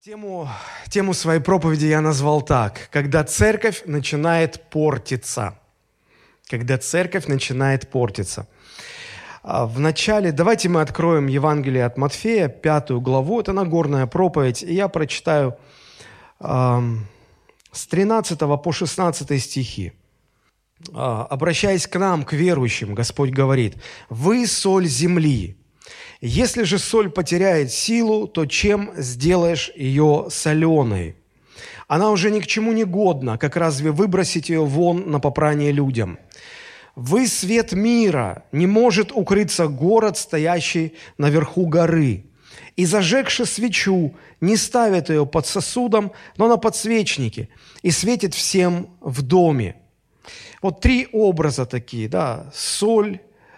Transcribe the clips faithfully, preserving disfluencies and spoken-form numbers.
Тему, тему своей проповеди я назвал так: «Когда церковь начинает портиться». Когда церковь начинает портиться. Вначале давайте мы откроем Евангелие от Матфея, пятую главу. Это Нагорная проповедь. И я прочитаю э, с тринадцатого по шестнадцатый стихи. Э, «Обращаясь к нам, к верующим, Господь говорит: «Вы соль земли. Если же соль потеряет силу, то чем сделаешь ее соленой? Она уже ни к чему не годна, как разве выбросить ее вон на попрание людям? Вы свет мира, не может укрыться город, стоящий наверху горы. И зажегши свечу, не ставят ее под сосудом, но на подсвечнике, и светит всем в доме». Вот три образа такие, да, соль,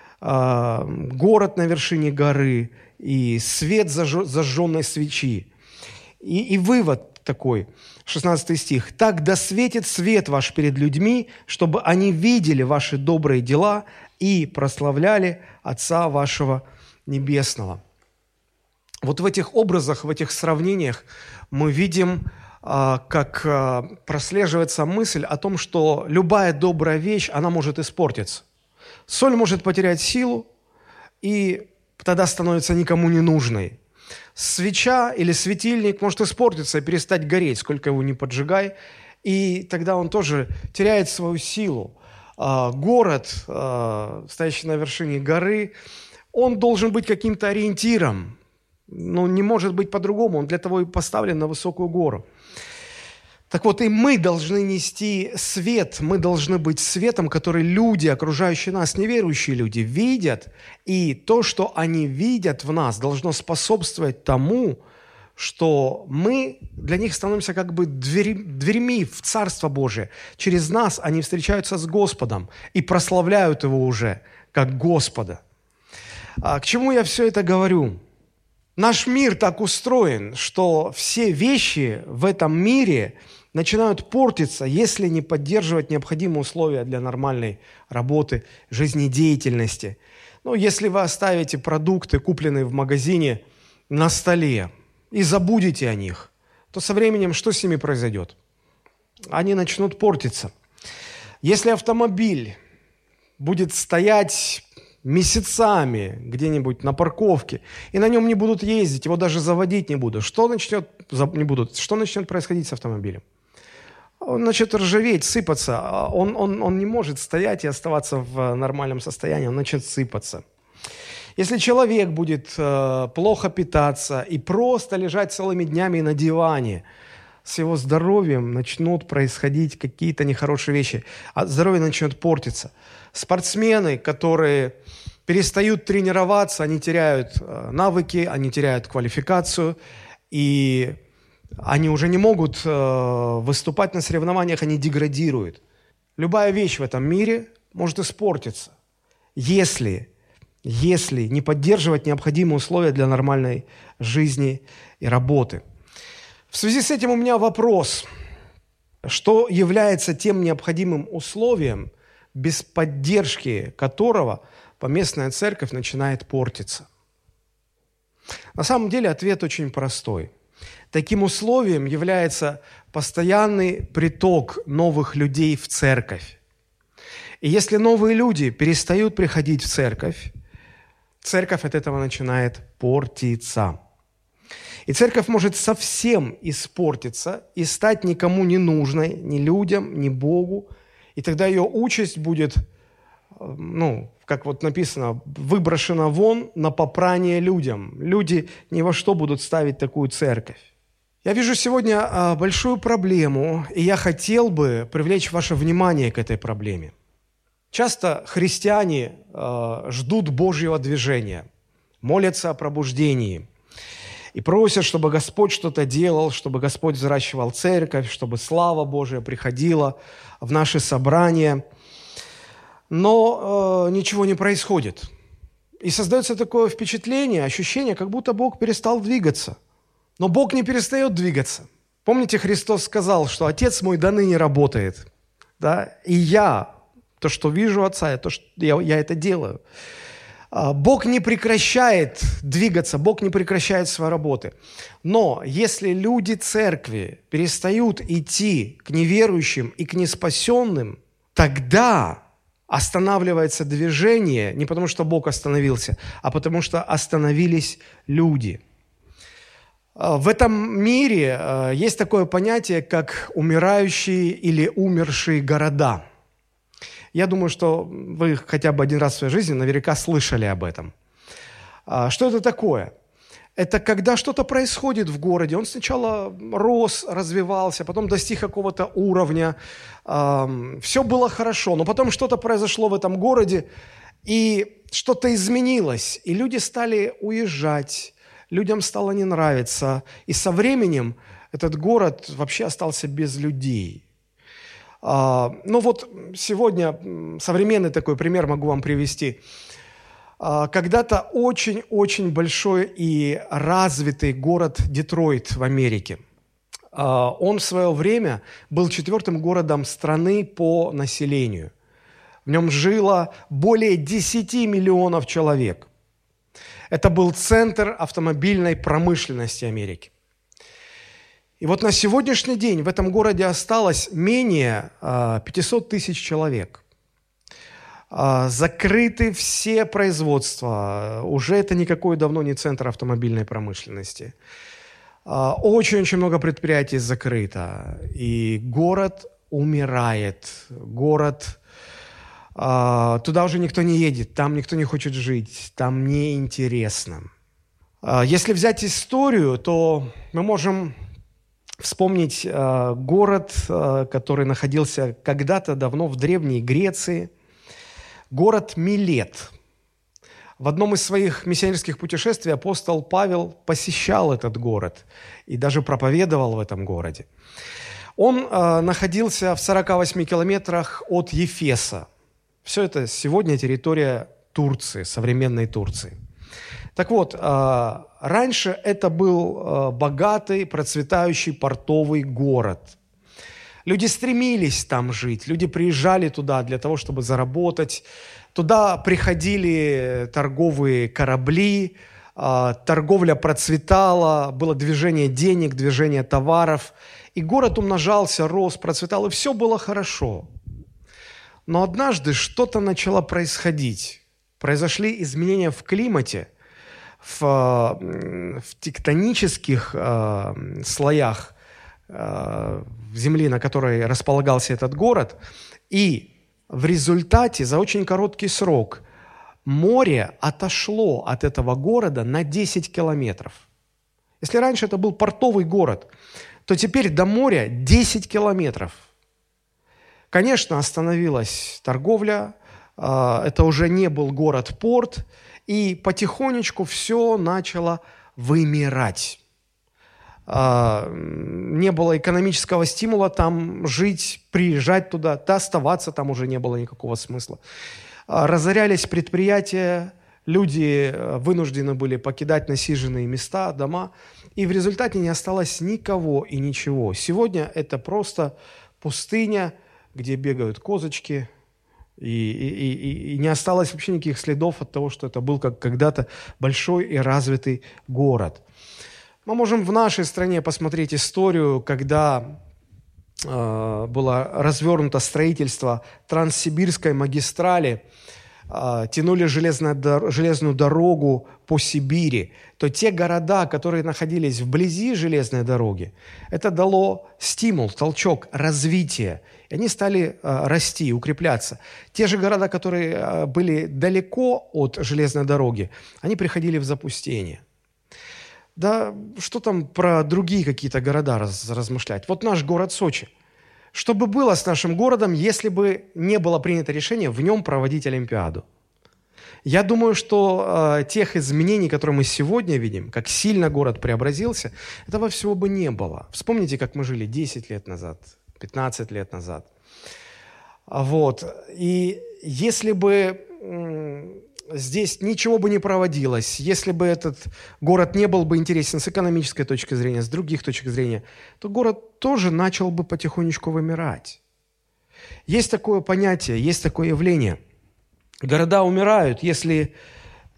город на вершине горы и свет зажженной свечи. И, и вывод такой, шестнадцатый стих. «Так да светит свет ваш перед людьми, чтобы они видели ваши добрые дела и прославляли Отца вашего Небесного». Вот в этих образах, в этих сравнениях мы видим, как прослеживается мысль о том, что любая добрая вещь, она может испортиться. Соль может потерять силу, и тогда становится никому не нужной. Свеча или светильник может испортиться и перестать гореть, сколько его ни поджигай, и тогда он тоже теряет свою силу. Город, стоящий на вершине горы, он должен быть каким-то ориентиром, но не может быть по-другому, он для того и поставлен на высокую гору. Так вот, и мы должны нести свет, мы должны быть светом, который люди, окружающие нас, неверующие люди, видят, и то, что они видят в нас, должно способствовать тому, что мы для них становимся как бы двери, дверьми в Царство Божие. Через нас они встречаются с Господом и прославляют Его уже как Господа. А к чему я все это говорю? Наш мир так устроен, что все вещи в этом мире начинают портиться, если не поддерживать необходимые условия для нормальной работы, жизнедеятельности. Ну, если вы оставите продукты, купленные в магазине, на столе и забудете о них, то со временем что с ними произойдет? Они начнут портиться. Если автомобиль будет стоять месяцами где-нибудь на парковке, и на нем не будут ездить, его даже заводить не будут, что начнет, не будут, что начнет происходить с автомобилем? Он начнет ржаветь, сыпаться. Он, он, он не может стоять и оставаться в нормальном состоянии, он начнет сыпаться. Если человек будет э, плохо питаться и просто лежать целыми днями на диване, с его здоровьем начнут происходить какие-то нехорошие вещи, а здоровье начнет портиться. Спортсмены, которые перестают тренироваться, они теряют э, навыки, они теряют квалификацию, и они уже не могут э, выступать на соревнованиях, они деградируют. Любая вещь в этом мире может испортиться, если, если не поддерживать необходимые условия для нормальной жизни и работы. В связи с этим у меня вопрос: что является тем необходимым условием, без поддержки которого поместная церковь начинает портиться? На самом деле ответ очень простой. Таким условием является постоянный приток новых людей в церковь. И если новые люди перестают приходить в церковь, церковь от этого начинает портиться. И церковь может совсем испортиться и стать никому не нужной, ни людям, ни Богу. И тогда ее участь будет, ну, как вот написано, выброшена вон на попрание людям. Люди ни во что будут ставить такую церковь. Я вижу сегодня большую проблему, и я хотел бы привлечь ваше внимание к этой проблеме. Часто христиане ждут Божьего движения, молятся о пробуждении и просят, чтобы Господь что-то делал, чтобы Господь взращивал церковь, чтобы слава Божия приходила в наши собрания. Но э, ничего не происходит. И создается такое впечатление, ощущение, как будто Бог перестал двигаться. Но Бог не перестает двигаться. Помните, Христос сказал, что Отец мой до ныне работает. Да? И я, то, что вижу Отца, то, что я, я это делаю. Бог не прекращает двигаться, Бог не прекращает своей работы. Но если люди церкви перестают идти к неверующим и к неспасенным, тогда останавливается движение не потому, что Бог остановился, а потому что остановились люди. В этом мире есть такое понятие, как умирающие или умершие города. Я думаю, что вы хотя бы один раз в своей жизни наверняка слышали об этом. Что это такое? Это когда что-то происходит в городе. Он сначала рос, развивался, потом достиг какого-то уровня. Все было хорошо, но потом что-то произошло в этом городе, и что-то изменилось. И люди стали уезжать, людям стало не нравиться. И со временем этот город вообще остался без людей. Ну вот сегодня современный такой пример могу вам привести. Когда-то очень-очень большой и развитый город Детройт в Америке. Он в свое время был четвертым городом страны по населению. В нем жило более десяти миллионов человек. Это был центр автомобильной промышленности Америки. И вот на сегодняшний день в этом городе осталось менее пятисот тысяч человек. Закрыты все производства. Уже это никакой давно не центр автомобильной промышленности. Очень-очень много предприятий закрыто. И город умирает. Город... Туда уже никто не едет, там никто не хочет жить, там неинтересно. Если взять историю, то мы можем вспомнить э, город, э, который находился когда-то давно в Древней Греции, город Милет. В одном из своих миссионерских путешествий апостол Павел посещал этот город и даже проповедовал в этом городе. Он э, находился в сорока восьми километрах от Ефеса. Все это сегодня территория Турции, современной Турции. Так вот, раньше это был богатый, процветающий портовый город. Люди стремились там жить, люди приезжали туда для того, чтобы заработать. Туда приходили торговые корабли, торговля процветала, было движение денег, движение товаров. И город умножался, рос, процветал, и все было хорошо. Но однажды что-то начало происходить. Произошли изменения в климате, в, в тектонических э, слоях э, земли, на которой располагался этот город. И в результате за очень короткий срок море отошло от этого города на десять километров. Если раньше это был портовый город, то теперь до моря десять километров. Конечно, остановилась торговля, это уже не был город-порт, и потихонечку все начало вымирать. Не было экономического стимула там жить, приезжать туда, да оставаться там уже не было никакого смысла. Разорялись предприятия, люди вынуждены были покидать насиженные места, дома, и в результате не осталось никого и ничего. Сегодня это просто пустыня, где бегают козочки, и, и, и, и не осталось вообще никаких следов от того, что это был как когда-то большой и развитый город. Мы можем в нашей стране посмотреть историю, когда э, было развернуто строительство Транссибирской магистрали, э, тянули железную, железную дорогу по Сибири, то те города, которые находились вблизи железной дороги, это дало стимул, толчок, развитие. И они стали э, расти, укрепляться. Те же города, которые э, были далеко от железной дороги, они приходили в запустение. Да что там про другие какие-то города раз, размышлять? Вот наш город Сочи. Что бы было с нашим городом, если бы не было принято решение в нем проводить Олимпиаду? Я думаю, что э, тех изменений, которые мы сегодня видим, как сильно город преобразился, этого всего бы не было. Вспомните, как мы жили десять лет назад, пятнадцать лет назад. Вот. И если бы м- здесь ничего бы не проводилось, если бы этот город не был бы интересен с экономической точки зрения, с других точек зрения, то город тоже начал бы потихонечку вымирать. Есть такое понятие, есть такое явление. Города умирают, если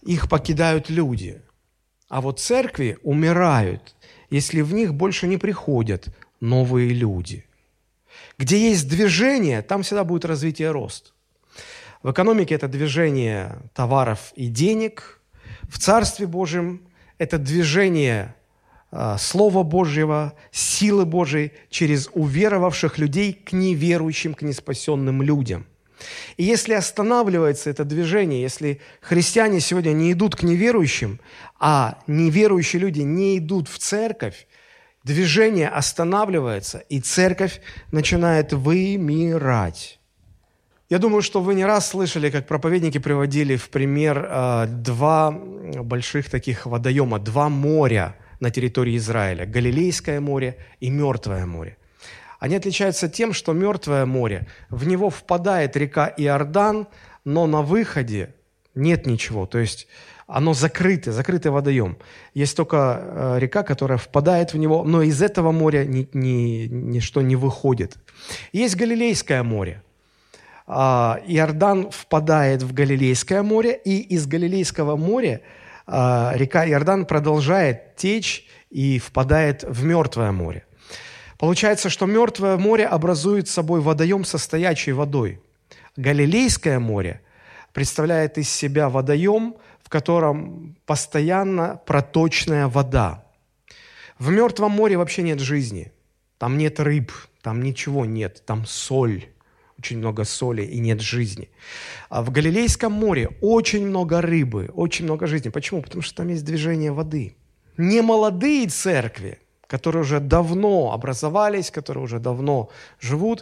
их покидают люди. А вот церкви умирают, если в них больше не приходят новые люди. Где есть движение, там всегда будет развитие и рост. В экономике это движение товаров и денег. В Царстве Божьем это движение э, Слова Божьего, силы Божьей через уверовавших людей к неверующим, к неспасенным людям. И если останавливается это движение, если христиане сегодня не идут к неверующим, а неверующие люди не идут в церковь, движение останавливается, и церковь начинает вымирать. Я думаю, что вы не раз слышали, как проповедники приводили в пример э, два больших таких водоема, два моря на территории Израиля – Галилейское море и Мертвое море. Они отличаются тем, что Мертвое море, в него впадает река Иордан, но на выходе нет ничего, то есть оно закрыто, закрытый водоем. Есть только э, река, которая впадает в него, но из этого моря ни, ни, ничто не выходит. Есть Галилейское море. Иордан впадает в Галилейское море, и из Галилейского моря река Иордан продолжает течь и впадает в Мертвое море. Получается, что Мертвое море образует собой водоем со стоячей водой. Галилейское море представляет из себя водоем, в котором постоянно проточная вода. В Мертвом море вообще нет жизни. Там нет рыб, там ничего нет, там соль. Очень много соли и нет жизни. А в Галилейском море очень много рыбы, очень много жизни. Почему? Потому что там есть движение воды. Не молодые церкви, которые уже давно образовались, которые уже давно живут,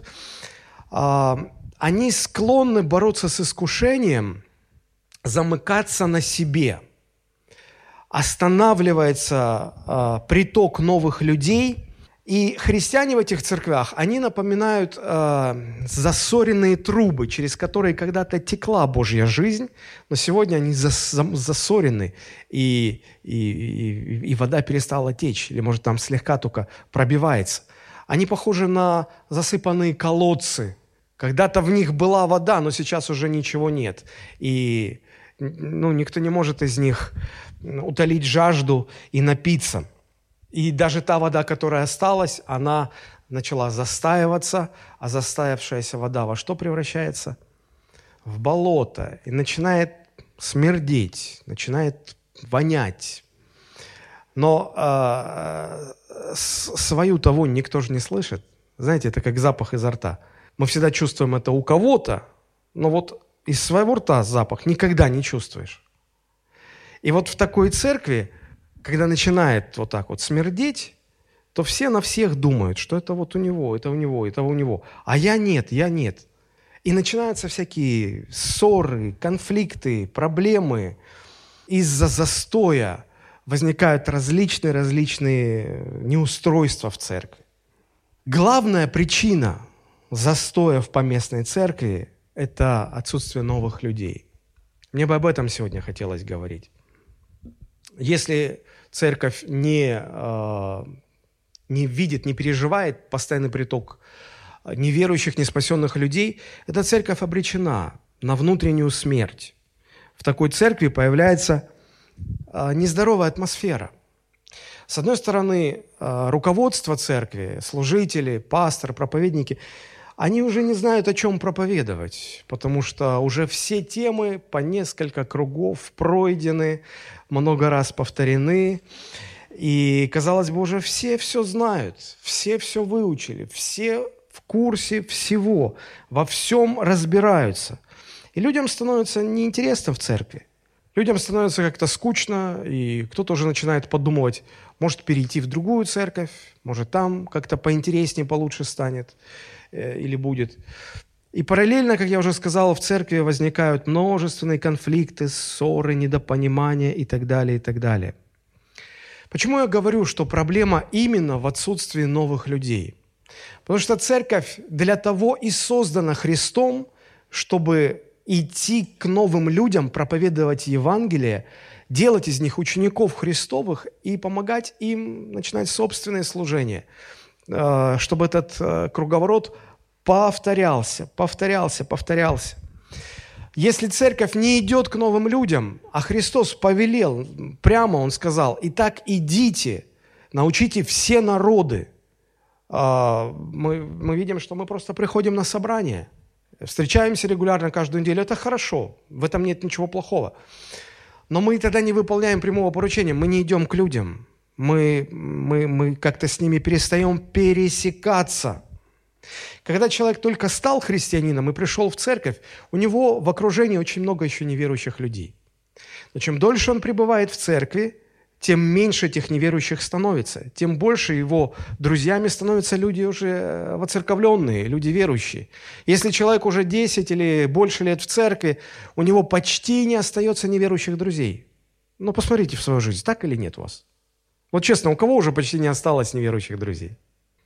они склонны бороться с искушением, замыкаться на себе. Останавливается приток новых людей. И христиане в этих церквях, они напоминают э, засоренные трубы, через которые когда-то текла Божья жизнь, но сегодня они зас, засорены, и, и, и, и вода перестала течь, или, может, там слегка только пробивается. Они похожи на засыпанные колодцы. Когда-то в них была вода, но сейчас уже ничего нет. И ну, никто не может из них утолить жажду и напиться. И даже та вода, которая осталась, она начала застаиваться, а застаявшаяся вода во что превращается? В болото. И начинает смердеть, начинает вонять. Но э, свою-то вонь никто же не слышит. Знаете, это как запах изо рта. Мы всегда чувствуем это у кого-то, но вот из своего рта запах никогда не чувствуешь. И вот в такой церкви, когда начинает вот так вот смердеть, то все на всех думают, что это вот у него, это у него, это у него. А я нет, я нет. И начинаются всякие ссоры, конфликты, проблемы. Из-за застоя возникают различные-различные неустройства в церкви. Главная причина застоя в поместной церкви – это отсутствие новых людей. Мне бы об этом сегодня хотелось говорить. Если церковь не, э, не видит, не переживает постоянный приток неверующих, неспасенных людей, эта церковь обречена на внутреннюю смерть. В такой церкви появляется э, нездоровая атмосфера. С одной стороны, э, руководство церкви, служители, пастор, проповедники, они уже не знают, о чем проповедовать, потому что уже все темы по несколько кругов пройдены, много раз повторены. И, казалось бы, уже все все знают, все все выучили, все в курсе всего, во всем разбираются. И людям становится неинтересно в церкви. Людям становится как-то скучно, и кто-то уже начинает подумывать, может перейти в другую церковь, может там как-то поинтереснее, получше станет э, или будет. И параллельно, как я уже сказал, в церкви возникают множественные конфликты, ссоры, недопонимания и так далее, и так далее. Почему я говорю, что проблема именно в отсутствии новых людей? Потому что церковь для того и создана Христом, чтобы идти к новым людям, проповедовать Евангелие, делать из них учеников Христовых и помогать им начинать собственное служение, чтобы этот круговорот повторялся, повторялся, повторялся. Если церковь не идет к новым людям, а Христос повелел, прямо Он сказал: «Итак, идите, научите все народы». Мы, мы видим, что мы просто приходим на собрание, встречаемся регулярно каждую неделю. Это хорошо, в этом нет ничего плохого. Но мы тогда не выполняем прямого поручения, мы не идем к людям. Мы, мы, мы как-то с ними перестаем пересекаться. Когда человек только стал христианином и пришел в церковь, у него в окружении очень много еще неверующих людей. Но чем дольше он пребывает в церкви, тем меньше этих неверующих становится, тем больше его друзьями становятся люди уже воцерковленные, люди верующие. Если человек уже десять или больше лет в церкви, у него почти не остается неверующих друзей. Ну, посмотрите в свою жизнь, так или нет у вас? Вот честно, у кого уже почти не осталось неверующих друзей?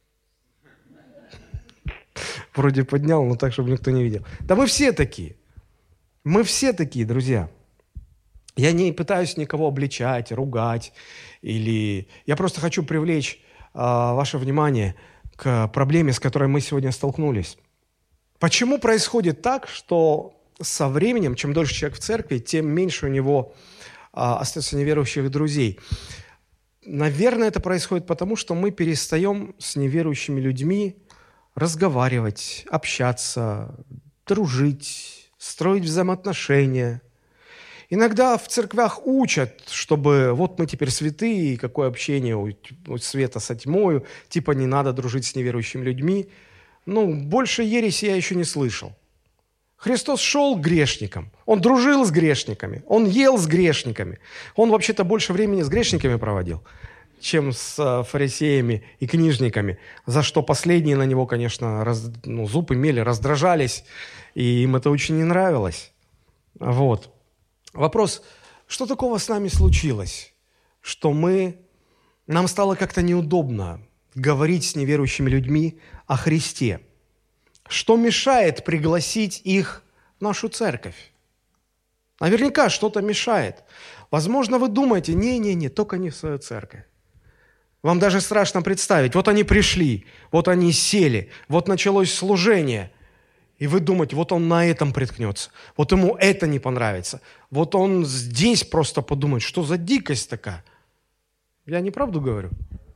Вроде поднял, но так, чтобы никто не видел. Да мы все такие. Мы все такие, друзья. Я не пытаюсь никого обличать, ругать, или... Я просто хочу привлечь а, ваше внимание к проблеме, с которой мы сегодня столкнулись. Почему происходит так, что со временем, чем дольше человек в церкви, тем меньше у него а, остается неверующих друзей? Наверное, это происходит потому, что мы перестаем с неверующими людьми разговаривать, общаться, дружить, строить взаимоотношения. Иногда в церквях учат, чтобы вот мы теперь святые, и какое общение у, у света со тьмою, типа не надо дружить с неверующими людьми. Ну, больше ереси я еще не слышал. Христос шел к грешникам, Он дружил с грешниками, Он ел с грешниками. Он вообще-то больше времени с грешниками проводил, чем с фарисеями и книжниками, за что последние на Него, конечно, раз, ну, зуб имели, раздражались, и им это очень не нравилось. Вот. Вопрос, что такого с нами случилось, что мы, нам стало как-то неудобно говорить с неверующими людьми о Христе? Что мешает пригласить их в нашу церковь? Наверняка что-то мешает. Возможно, вы думаете, не-не-не, только не в свою церковь. Вам даже страшно представить, вот они пришли, вот они сели, вот началось служение, и вы думаете, вот он на этом приткнется, вот ему это не понравится, вот он здесь просто подумает, что за дикость такая. Я неправду говорю?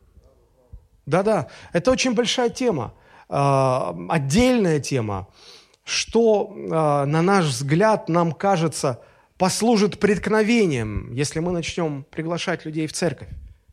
Да-да, это очень большая тема, э, отдельная тема, что, э, на наш взгляд, нам кажется, послужит преткновением, если мы начнем приглашать людей в церковь.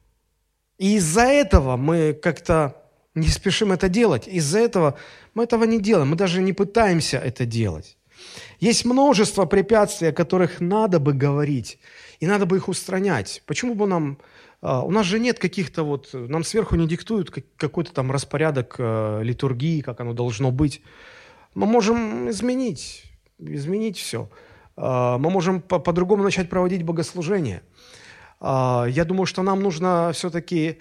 И из-за этого мы как-то не спешим это делать. Из-за этого мы этого не делаем. Мы даже не пытаемся это делать. Есть множество препятствий, о которых надо бы говорить. И надо бы их устранять. Почему бы нам... У нас же нет каких-то вот... Нам сверху не диктуют какой-то там распорядок литургии, как оно должно быть. Мы можем изменить. Изменить все. Мы можем по-другому начать проводить богослужение. Я думаю, что нам нужно все-таки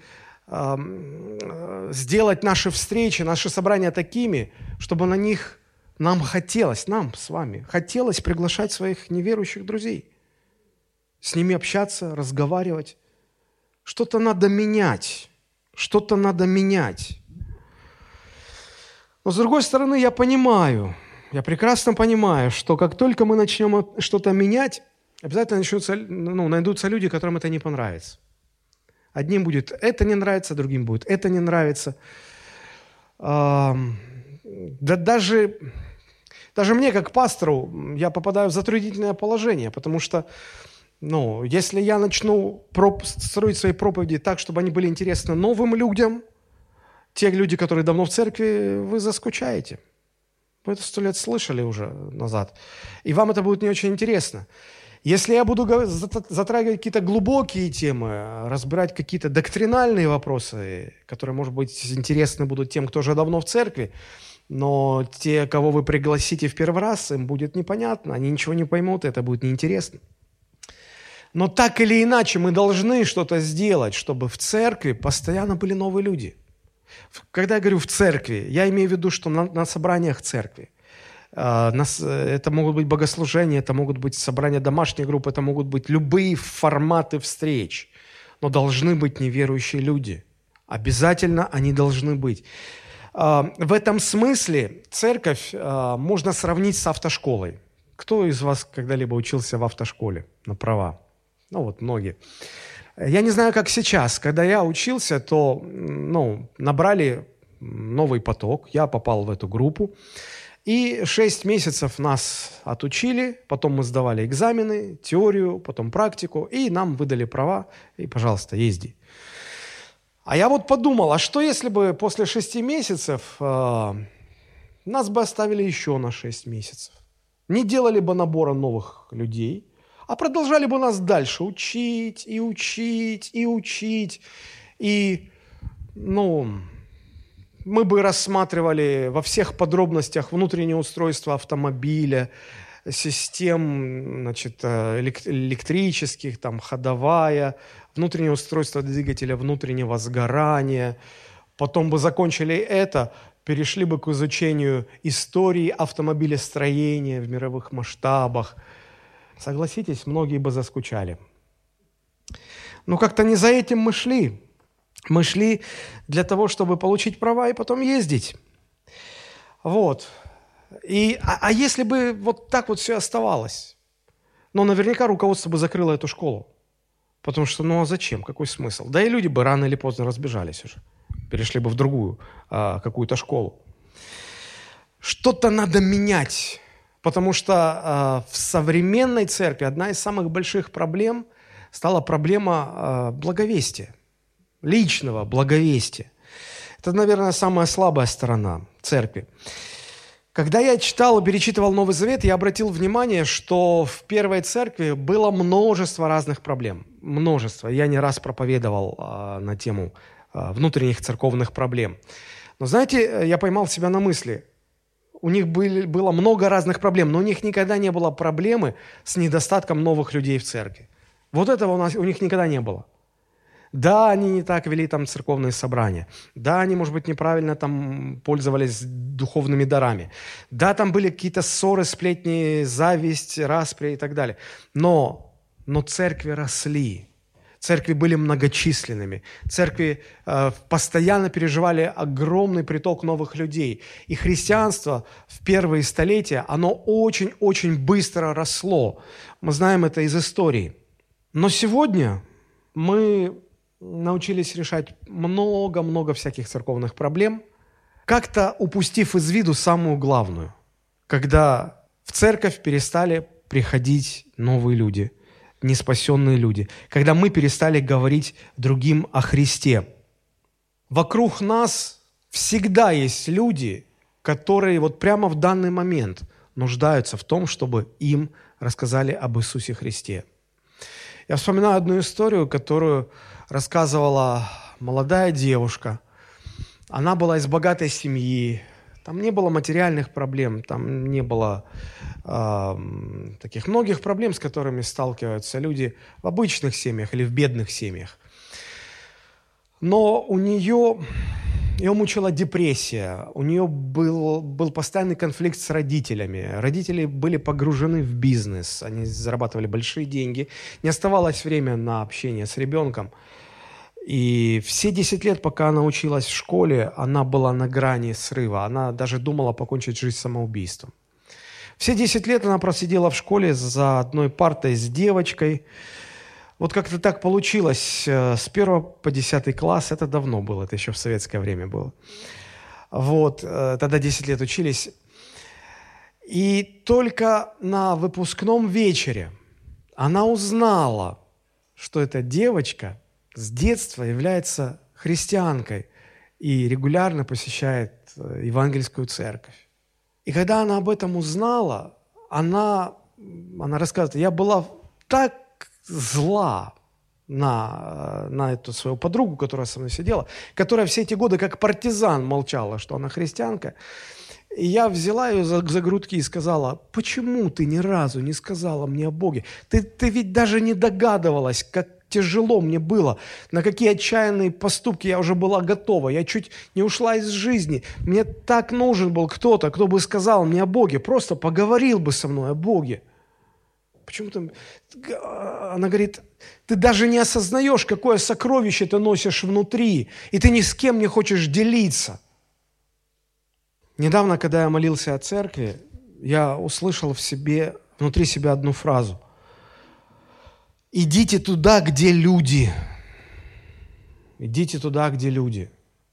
сделать наши встречи, наши собрания такими, чтобы на них нам хотелось, нам с вами, хотелось приглашать своих неверующих друзей, с ними общаться, разговаривать. Что-то надо менять, что-то надо менять. Но с другой стороны, я понимаю, я прекрасно понимаю, что как только мы начнем что-то менять, обязательно начнутся, ну, найдутся люди, которым это не понравится. Одним будет это не нравится, другим будет это не нравится. Да даже, даже мне, как пастору, я попадаю в затруднительное положение, потому что, ну, если я начну проп- строить свои проповеди так, чтобы они были интересны новым людям, те люди, которые давно в церкви, вы заскучаете. Вы это сто лет слышали уже назад. И вам это будет не очень интересно. Если я буду затрагивать какие-то глубокие темы, разбирать какие-то доктринальные вопросы, которые, может быть, интересны будут тем, кто уже давно в церкви, но те, кого вы пригласите в первый раз, им будет непонятно, они ничего не поймут, это будет неинтересно. Но так или иначе мы должны что-то сделать, чтобы в церкви постоянно были новые люди. Когда я говорю «в церкви», я имею в виду, что на, на собраниях церкви. Это могут быть богослужения, это могут быть собрания домашней группы, это могут быть любые форматы встреч. Но должны быть неверующие люди. Обязательно они должны быть. В этом смысле церковь можно сравнить с автошколой. Кто из вас когда-либо учился в автошколе на права? Ну вот многие. Я не знаю, как сейчас. Когда я учился, то ну, набрали новый поток. Я попал в эту группу. И шесть месяцев нас отучили. Потом мы сдавали экзамены, теорию, потом практику. И нам выдали права. И, пожалуйста, езди. А я вот подумал, а что если бы после шести месяцев э, нас бы оставили еще на шесть месяцев? Не делали бы набора новых людей, а продолжали бы нас дальше учить и учить и учить. И, ну, мы бы рассматривали во всех подробностях внутреннее устройство автомобиля, систем, значит, электрических, там, ходовая, внутреннее устройство двигателя внутреннего сгорания. Потом бы закончили это, перешли бы к изучению истории автомобилестроения в мировых масштабах. Согласитесь, многие бы заскучали. Но как-то не за этим мы шли. Мы шли для того, чтобы получить права и потом ездить. Вот. И, а, а если бы вот так вот все оставалось? Ну, наверняка руководство бы закрыло эту школу. Потому что, ну а зачем? Какой смысл? Да и люди бы рано или поздно разбежались уже. Перешли бы в другую а, какую-то школу. Что-то надо менять. Потому что а, в современной церкви одна из самых больших проблем стала проблема а, благовестия. Личного благовестия. Это, наверное, самая слабая сторона церкви. Когда я читал и перечитывал Новый Завет, я обратил внимание, что в первой церкви было множество разных проблем. Множество. Я не раз проповедовал а, на тему а, внутренних церковных проблем. Но знаете, я поймал себя на мысли. У них были, было много разных проблем, но у них никогда не было проблемы с недостатком новых людей в церкви. Вот этого у, нас, у них никогда не было. Да, они не так вели там церковные собрания. Да, они, может быть, неправильно там пользовались духовными дарами. Да, там были какие-то ссоры, сплетни, зависть, распри и так далее. Но, но церкви росли. Церкви были многочисленными. Церкви э, постоянно переживали огромный приток новых людей. И христианство в первые столетия, оно очень-очень быстро росло. Мы знаем это из истории. Но сегодня мы научились решать много-много всяких церковных проблем, как-то упустив из виду самую главную, когда в церковь перестали приходить новые люди, неспасенные люди, когда мы перестали говорить другим о Христе. Вокруг нас всегда есть люди, которые вот прямо в данный момент нуждаются в том, чтобы им рассказали об Иисусе Христе. Я вспоминаю одну историю, которую рассказывала молодая девушка. Она была из богатой семьи. Там не было материальных проблем, там не было э, таких многих проблем, с которыми сталкиваются люди в обычных семьях или в бедных семьях. Но у нее, ее мучила депрессия, у нее был, был постоянный конфликт с родителями. Родители были погружены в бизнес, они зарабатывали большие деньги, не оставалось времени на общение с ребенком. И все десять лет, пока она училась в школе, она была на грани срыва. Она даже думала покончить жизнь самоубийством. Все десять лет она просидела в школе за одной партой с девочкой. Вот как-то так получилось. С первого по десятый класс, это давно было, это еще в советское время было. Вот, тогда десять лет учились. И только на выпускном вечере она узнала, что эта девочка с детства является христианкой и регулярно посещает евангельскую церковь. И когда она об этом узнала, она, она рассказывает, я была так зла на, на эту свою подругу, которая со мной сидела, которая все эти годы как партизан молчала, что она христианка. И я взяла ее за, за грудки и сказала, почему ты ни разу не сказала мне о Боге? Ты, ты ведь даже не догадывалась, как тяжело мне было, на какие отчаянные поступки я уже была готова. Я чуть не ушла из жизни. Мне так нужен был кто-то, кто бы сказал мне о Боге, просто поговорил бы со мной о Боге. Почему-то она говорит, ты даже не осознаешь, какое сокровище ты носишь внутри, и ты ни с кем не хочешь делиться. Недавно, когда я молился о церкви, я услышал в себе внутри себя одну фразу. Идите туда, где люди. Идите туда, где люди.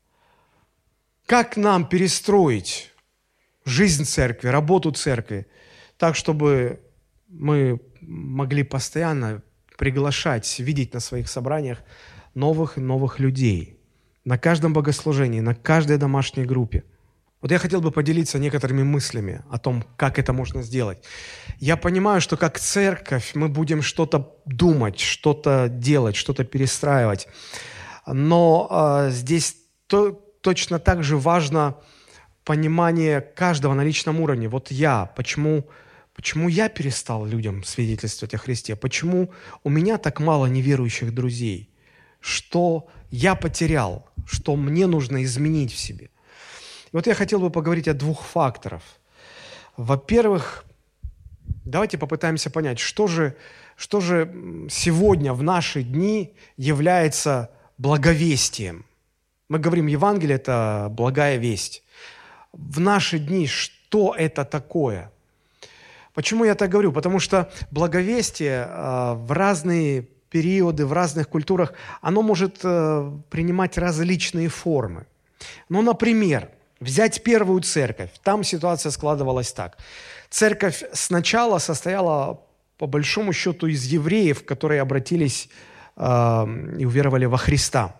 Как нам перестроить жизнь церкви, работу церкви, так, чтобы мы могли постоянно приглашать, видеть на своих собраниях новых и новых людей, на каждом богослужении, на каждой домашней группе. Вот я хотел бы поделиться некоторыми мыслями о том, как это можно сделать. Я понимаю, что как церковь мы будем что-то думать, что-то делать, что-то перестраивать, но э, здесь то, точно так же важно понимание каждого на личном уровне. Вот я, почему, почему я перестал людям свидетельствовать о Христе? Почему у меня так мало неверующих друзей? Что я потерял? Что мне нужно изменить в себе? И вот я хотел бы поговорить о двух факторах. Во-первых, давайте попытаемся понять, что же, что же сегодня в наши дни является благовестием. Мы говорим, Евангелие – это благая весть. В наши дни что это такое? Почему я так говорю? Потому что благовестие э, в разные периоды, в разных культурах, оно может э, принимать различные формы. Ну, например, взять первую церковь. Там ситуация складывалась так. Церковь сначала состояла, по большому счету, из евреев, которые обратились э, и уверовали во Христа.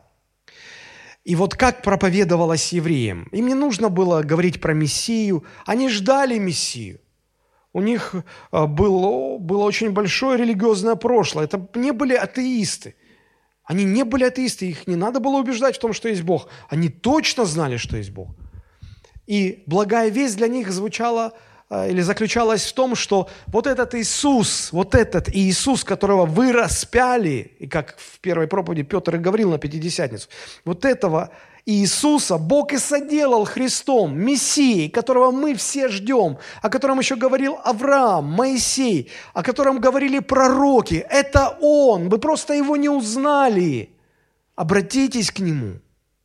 И вот как проповедовалось евреям? Им не нужно было говорить про Мессию, они ждали Мессию. У них было, было очень большое религиозное прошлое. Это не были атеисты. Они не были атеисты, их не надо было убеждать в том, что есть Бог. Они точно знали, что есть Бог. И благая весть для них звучала или заключалась в том, что вот этот Иисус, вот этот Иисус, которого вы распяли, и как в первой проповеди Петр и говорил на Пятидесятницу, вот этого Иисуса Бог и соделал Христом, Мессией, которого мы все ждем, о котором еще говорил Авраам, Моисей, о котором говорили пророки. Это Он, вы просто Его не узнали. Обратитесь к Нему.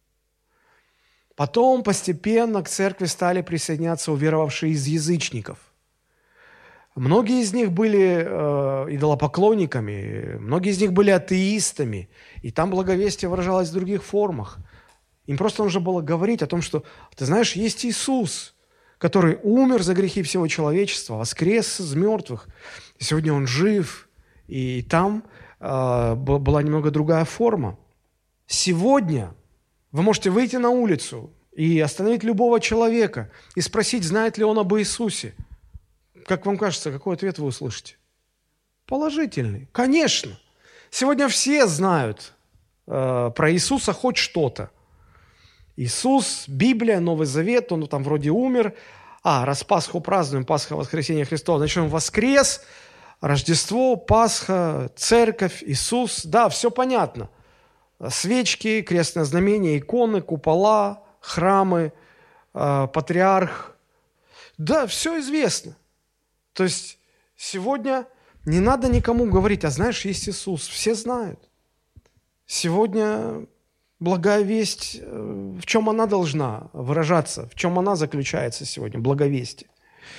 Потом постепенно к церкви стали присоединяться уверовавшие из язычников. Многие из них были э, идолопоклонниками, многие из них были атеистами, и там благовестие выражалось в других формах. Им просто нужно было говорить о том, что, ты знаешь, есть Иисус, который умер за грехи всего человечества, воскрес из мертвых, и сегодня Он жив, и там э, была немного другая форма. Сегодня вы можете выйти на улицу и остановить любого человека и спросить, знает ли он об Иисусе. Как вам кажется, какой ответ вы услышите? Положительный. Конечно. Сегодня все знают э, про Иисуса хоть что-то. Иисус, Библия, Новый Завет, Он там вроде умер. А, раз Пасху празднуем, Пасха, Воскресение Христова, значит, Он воскрес, Рождество, Пасха, Церковь, Иисус. Да, все понятно. Свечки, крестное знамение, иконы, купола, храмы, э, патриарх. Да, все известно. То есть сегодня не надо никому говорить, а знаешь, есть Иисус. Все знают. Сегодня благая весть, э, в чем она должна выражаться, в чем она заключается сегодня, благовестие.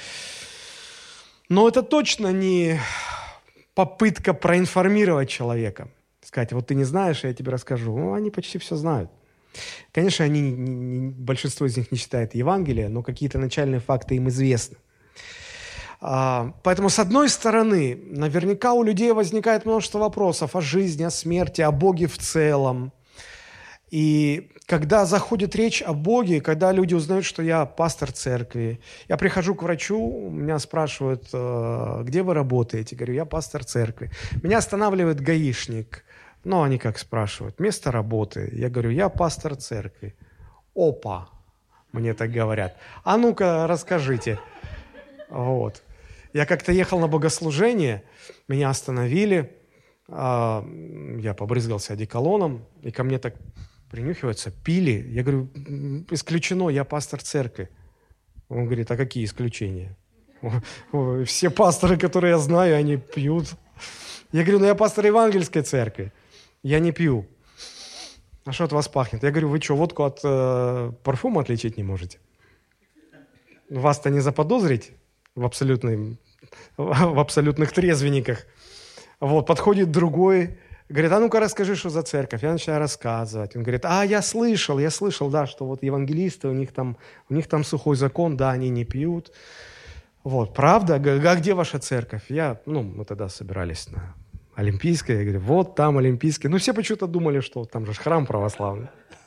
Но это точно не попытка проинформировать человека. Сказать, вот ты не знаешь, я тебе расскажу. Ну, они почти все знают. Конечно, они, не, не, большинство из них не читает Евангелие, но какие-то начальные факты им известны. А, поэтому, с одной стороны, наверняка у людей возникает множество вопросов о жизни, о смерти, о Боге в целом. И когда заходит речь о Боге, когда люди узнают, что я пастор церкви, я прихожу к врачу, меня спрашивают, где вы работаете? Говорю, я пастор церкви. Меня останавливает гаишник. Ну, они как спрашивают, место работы. Я говорю, я пастор церкви. Опа, мне так говорят. А ну-ка, расскажите. Вот. Я как-то ехал на богослужение, меня остановили, я побрызгался одеколоном, и ко мне так принюхиваются, пили. Я говорю, исключено, я пастор церкви. Он говорит, а какие исключения? Все пасторы, которые я знаю, они пьют. Я говорю, ну я пастор евангельской церкви. Я не пью. А что от вас пахнет? Я говорю, вы что, водку от э, парфюма отличить не можете? Вас-то не заподозрить в абсолютной в абсолютных трезвенниках. Вот, подходит другой, говорит, а ну-ка расскажи, что за церковь. Я начинаю рассказывать. Он говорит, а я слышал, я слышал, да, что вот евангелисты, у них там, у них там сухой закон, да, они не пьют. Вот, правда? А где ваша церковь? Я, ну, мы тогда собирались на Олимпийской, я говорю, вот там Олимпийский. Ну, все почему-то думали, что там же храм православный.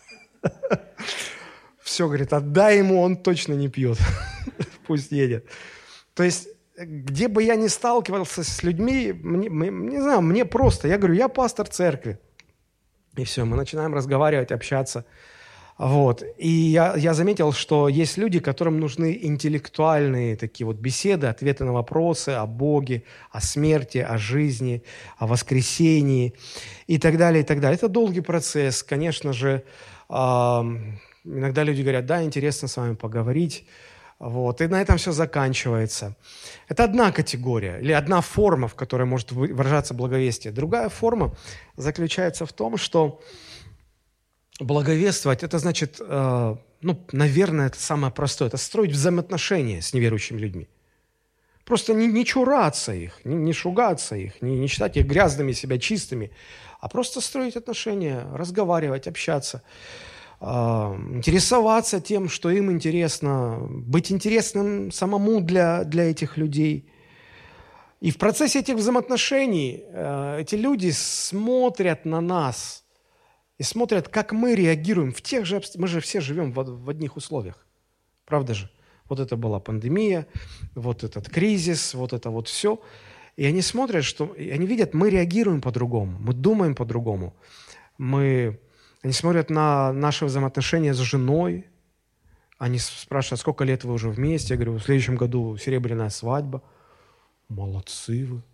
Все, говорит, отдай ему, он точно не пьет. Пусть едет. То есть, где бы я ни сталкивался с людьми, мне, мне, не знаю, мне просто, я говорю, я пастор церкви. И все, мы начинаем разговаривать, общаться. Вот. И я, я заметил, что есть люди, которым нужны интеллектуальные такие вот беседы, ответы на вопросы о Боге, о смерти, о жизни, о воскресении и так далее, и так далее. Это долгий процесс. Конечно же, э, иногда люди говорят, да, интересно с вами поговорить. Вот. И на этом все заканчивается. Это одна категория или одна форма, в которой может выражаться благовестие. Другая форма заключается в том, что благовествовать – это значит, э, ну, наверное, это самое простое. Это строить взаимоотношения с неверующими людьми. Просто не, не чураться их, не, не шугаться их, не, не считать их грязными, себя чистыми, а просто строить отношения, разговаривать, общаться, э, интересоваться тем, что им интересно, быть интересным самому для, для этих людей. И в процессе этих взаимоотношений э, эти люди смотрят на нас – и смотрят, как мы реагируем в тех же обстоятельствах. Мы же все живем в, в одних условиях. Правда же? Вот это была пандемия, вот этот кризис, вот это вот все. И они смотрят, что... И они видят, мы реагируем по-другому, мы думаем по-другому. Мы... Они смотрят на наши взаимоотношения с женой. Они спрашивают, сколько лет вы уже вместе. Я говорю, в следующем году серебряная свадьба. Молодцы вы.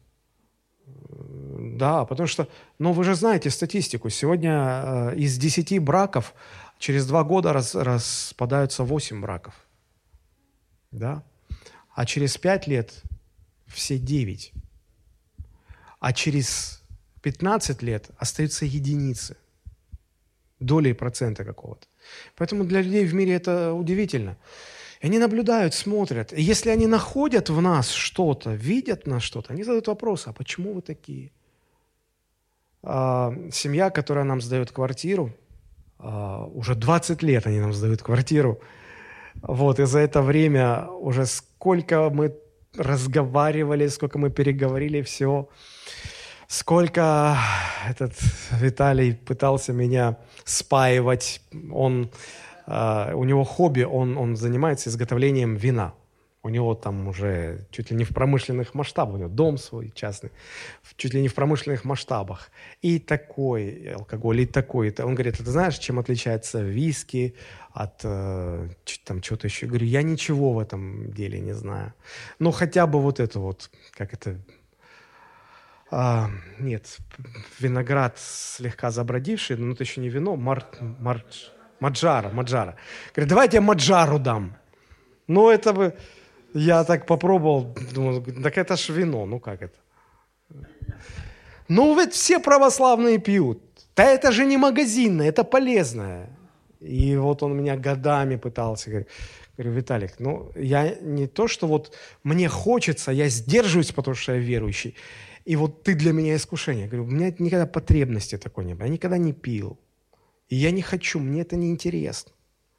Да, потому что, ну, вы же знаете статистику. Сегодня э, из десяти браков через два года раз, распадаются восемь браков. Да? А через пять лет все девять. А через пятнадцать лет остаются единицы. Доли процента какого-то. Поэтому для людей в мире это удивительно. И они наблюдают, смотрят. И если они находят в нас что-то, видят в нас что-то, они задают вопрос, а почему вы такие? А, семья, которая нам сдает квартиру, а, уже двадцать лет они нам сдают квартиру. Вот, и за это время уже сколько мы разговаривали, сколько мы переговорили, все. Сколько этот Виталий пытался меня спаивать. Он... Uh, у него хобби, он, он занимается изготовлением вина. У него там уже чуть ли не в промышленных масштабах, у него дом свой частный, чуть ли не в промышленных масштабах. И такой алкоголь, и такой. Он говорит, ты знаешь, чем отличается виски от uh, там чего-то еще? Я говорю, я ничего в этом деле не знаю. Ну, хотя бы вот это вот, как это... А, нет, виноград слегка забродивший, но это еще не вино, мар... мар... Маджара, Маджара. Говорит, давайте я Маджару дам. Ну, это бы... Я так попробовал, думал, так это ж вино, ну как это? Ну, ведь все православные пьют. Да это же не магазинное, это полезное. И вот он меня годами пытался. Говорю, говорю, Виталик, ну, я не то, что вот мне хочется, я сдерживаюсь, потому что я верующий. И вот ты для меня искушение. Я говорю, у меня никогда потребности такой не было. Я никогда не пил. И я не хочу, мне это не интересно.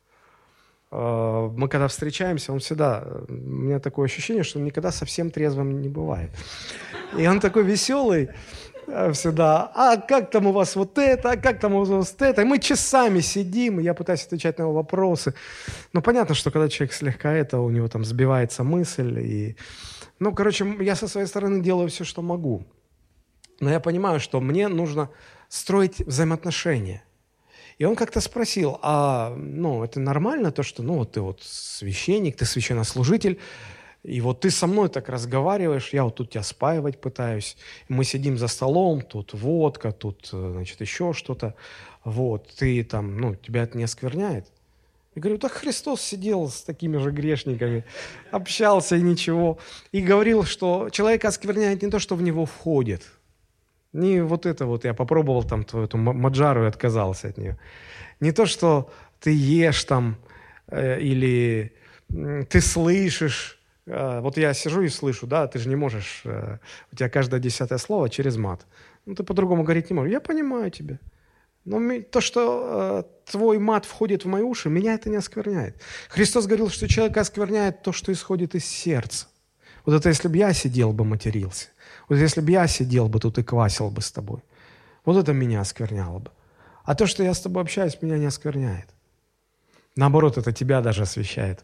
Мы когда встречаемся, он всегда... У меня такое ощущение, что он никогда совсем трезвым не бывает. И он такой веселый всегда. А как там у вас вот это? А как там у вас это? И мы часами сидим, и я пытаюсь отвечать на его вопросы. Но понятно, что когда человек слегка это, у него там сбивается мысль. И... Ну, короче, я со своей стороны делаю все, что могу. Но я понимаю, что мне нужно строить взаимоотношения. И он как-то спросил, а ну, это нормально, то, что ну, вот ты вот священник, ты священнослужитель, и вот ты со мной так разговариваешь, я вот тут тебя спаивать пытаюсь, мы сидим за столом, тут водка, тут, значит, еще что-то, вот, ты там, ну, тебя это не оскверняет? Я говорю, так Христос сидел с такими же грешниками, общался и ничего, и говорил, что человека оскверняет не то, что в него входит. Не вот это вот, я попробовал там твою эту маджару и отказался от нее. Не то, что ты ешь там, э, или э, ты слышишь э, вот я сижу и слышу, да, ты же не можешь, э, у тебя каждое десятое слово через мат. Ну, ты по-другому говорить не можешь. Я понимаю тебя. Но ми- то, что э, твой мат входит в мои уши, меня это не оскверняет. Христос говорил, что человека оскверняет то, что исходит из сердца. Вот это если бы я сидел бы, матерился. Вот если бы я сидел бы тут и квасил бы с тобой. Вот это меня оскверняло бы. А то, что я с тобой общаюсь, меня не оскверняет. Наоборот, это тебя даже освещает.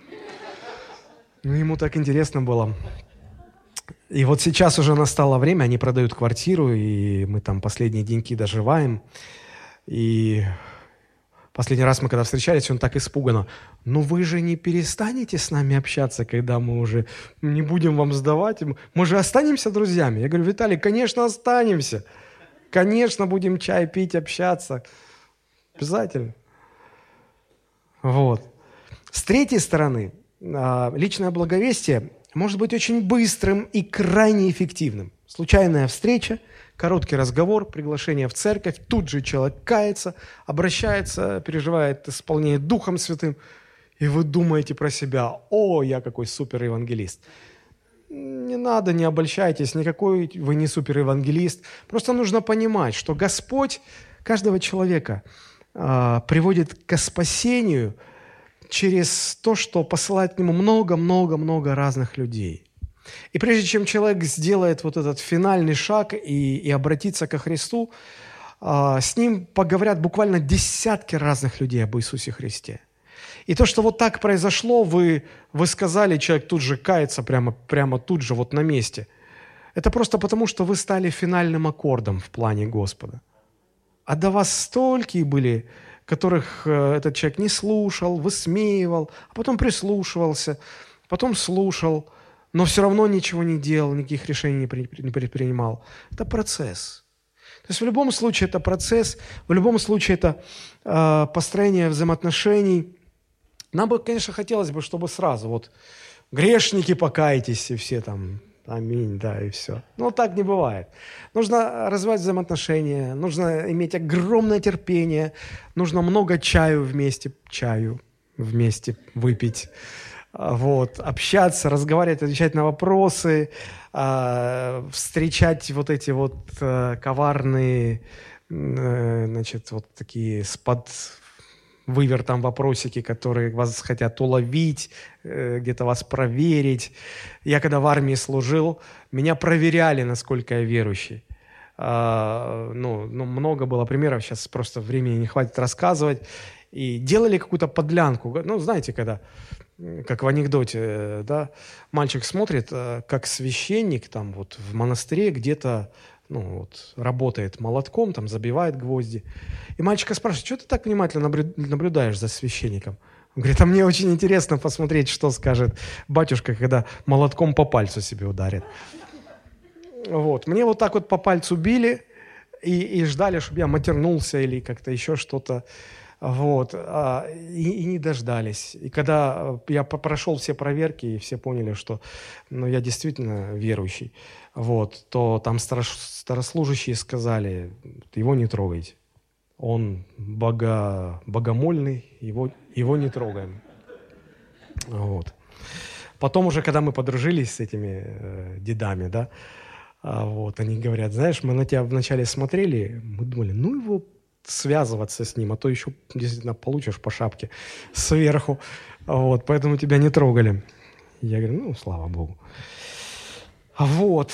Ну, ему так интересно было. И вот сейчас уже настало время, они продают квартиру, и мы там последние деньки доживаем. И последний раз мы когда встречались, он так испуганно: «Ну вы же не перестанете с нами общаться, когда мы уже не будем вам сдавать? Мы же останемся друзьями?» Я говорю: «Виталий, конечно, останемся. Конечно, будем чай пить, общаться. Обязательно». Вот. С третьей стороны, а, личное благовестие может быть очень быстрым и крайне эффективным. Случайная встреча, короткий разговор, приглашение в церковь, тут же человек кается, обращается, переживает исполнение Духом Святым, и вы думаете про себя: «О, я какой суперевангелист». Не надо, не обольщайтесь, никакой вы не суперевангелист. Просто нужно понимать, что Господь каждого человека а, приводит к спасению через то, что посылает к нему много-много-много разных людей. И прежде чем человек сделает вот этот финальный шаг и, и обратится ко Христу, а, с ним поговорят буквально десятки разных людей об Иисусе Христе. И то, что вот так произошло, вы, вы сказали, человек тут же кается, прямо, прямо тут же, вот на месте. Это просто потому, что вы стали финальным аккордом в плане Господа. А до вас столькие были, которых э, этот человек не слушал, высмеивал, а потом прислушивался, потом слушал, но все равно ничего не делал, никаких решений не, при, не предпринимал. Это процесс. То есть в любом случае это процесс, в любом случае это э, построение взаимоотношений. Нам бы, конечно, хотелось бы, чтобы сразу вот грешники, покайтесь, и все там аминь, да, и все. Но так не бывает. Нужно развивать взаимоотношения, нужно иметь огромное терпение, нужно много чаю вместе, чаю вместе выпить, вот, общаться, разговаривать, отвечать на вопросы, встречать вот эти вот коварные, значит, вот такие с-под вывертом вопросики, которые вас хотят уловить, где-то вас проверить. Я когда в армии служил, меня проверяли, насколько я верующий. А, ну, ну, много было примеров, сейчас просто времени не хватит рассказывать. И делали какую-то подлянку. Ну, знаете, когда, как в анекдоте, да, мальчик смотрит, как священник там вот в монастыре где-то, ну, вот, работает молотком, там, забивает гвозди. И мальчика спрашивает: что ты так внимательно наблюдаешь за священником? Он говорит: а мне очень интересно посмотреть, что скажет батюшка, когда молотком по пальцу себе ударит. Вот. Мне вот так вот по пальцу били и, и ждали, чтобы я матернулся или как-то еще что-то. Вот. И, и не дождались. И когда я прошел все проверки, и все поняли, что ну, я действительно верующий, вот, то там старослужащие сказали: его не трогайте. Он бога, богомольный, его, его не трогаем. Вот. Потом уже, когда мы подружились с этими э, дедами, да, а, вот, они говорят: знаешь, мы на тебя вначале смотрели, мы думали, ну его связываться с ним, а то еще действительно получишь по шапке сверху, вот, поэтому тебя не трогали. Я говорю: ну, слава Богу. Вот.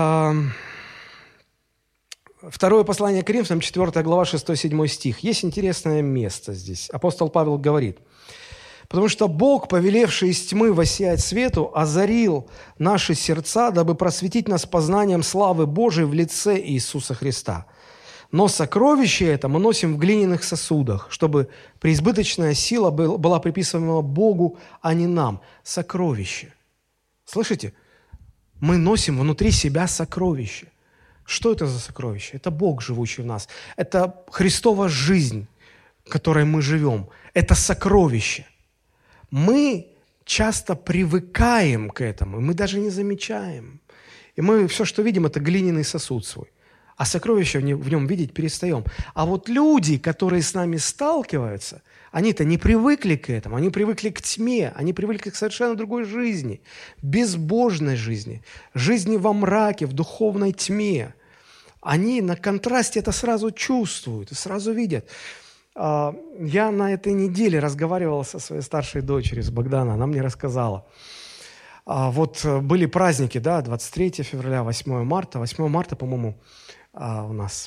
Второе послание к Коринфянам, четвёртая глава, шестой-седьмой стих. Есть интересное место здесь. Апостол Павел говорит: «Потому что Бог, повелевший из тьмы воссиять свету, озарил наши сердца, дабы просветить нас познанием славы Божией в лице Иисуса Христа. Но сокровище это мы носим в глиняных сосудах, чтобы преизбыточная сила была приписываема Богу, а не нам». Сокровище. Слышите? Мы носим внутри себя сокровище. Что это за сокровище? Это Бог, живущий в нас. Это Христова жизнь, которой мы живем. Это сокровище. Мы часто привыкаем к этому, и мы даже не замечаем. И мы все, что видим, это глиняный сосуд свой. а сокровища в нем видеть перестаем. А вот люди, которые с нами сталкиваются, они-то не привыкли к этому, они привыкли к тьме, они привыкли к совершенно другой жизни, безбожной жизни, жизни во мраке, в духовной тьме. Они на контрасте это сразу чувствуют и сразу видят. Я на этой неделе разговаривал со своей старшей дочерью, с Богданой, она мне рассказала. Вот были праздники, да, двадцать третьего февраля, восьмого марта. восьмого марта, по-моему, у нас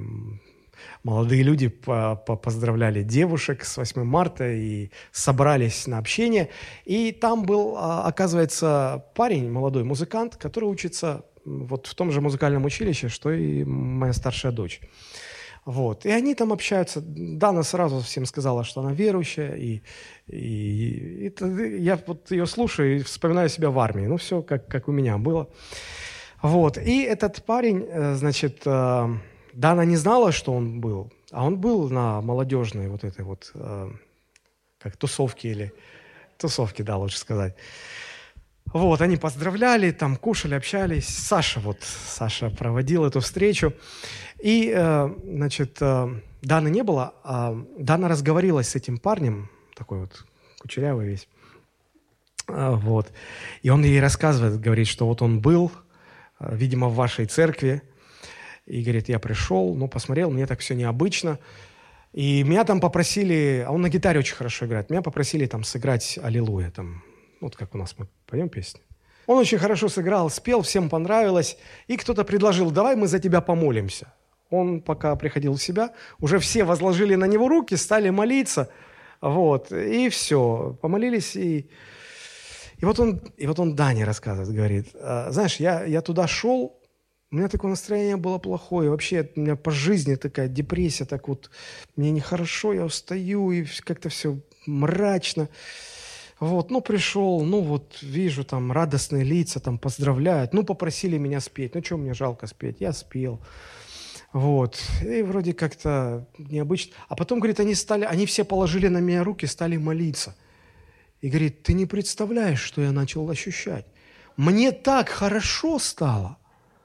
молодые люди поздравляли девушек с восьмым марта и собрались на общение. И там был, оказывается, парень, молодой музыкант, который учится вот в том же музыкальном училище, что и моя старшая дочь. Вот. И они там общаются. Дана сразу всем сказала, что она верующая. И, и, и, и я вот ее слушаю и вспоминаю себя в армии. Ну, все как, как у меня было. Вот. И этот парень, значит, Дана не знала, что он был. А он был на молодежной вот этой вот, как тусовке или... Тусовке, да, лучше сказать. Вот, они поздравляли, там кушали, общались. Саша, вот, Саша проводил эту встречу. И, э, значит, э, Даны не было, а Дана разговорилась с этим парнем, такой вот кучерявый весь. А, вот. И он ей рассказывает, говорит, что вот он был, э, видимо, в вашей церкви. И говорит, я пришел, ну, посмотрел, мне так все необычно. И меня там попросили, а он на гитаре очень хорошо играет, меня попросили там сыграть «Аллилуйя», там, вот как у нас мы поем песню. Он очень хорошо сыграл, спел, всем понравилось. И кто-то предложил, давай мы за тебя помолимся. Он пока приходил в себя, уже все возложили на него руки, стали молиться. Вот, и все, помолились. И, и, вот, он, и вот он Дане рассказывает, говорит, знаешь, я, я туда шел, у меня такое настроение было плохое. Вообще у меня по жизни такая депрессия, так вот, мне нехорошо, я устаю, и как-то все мрачно. Вот, ну, пришел, ну, вот, вижу, там, радостные лица, там, поздравляют. Ну, попросили меня спеть. Ну, что мне жалко спеть? Я спел. Вот, и вроде как-то необычно. А потом, говорит, они стали, они все положили на меня руки, стали молиться. И говорит, ты не представляешь, что я начал ощущать. Мне так хорошо стало.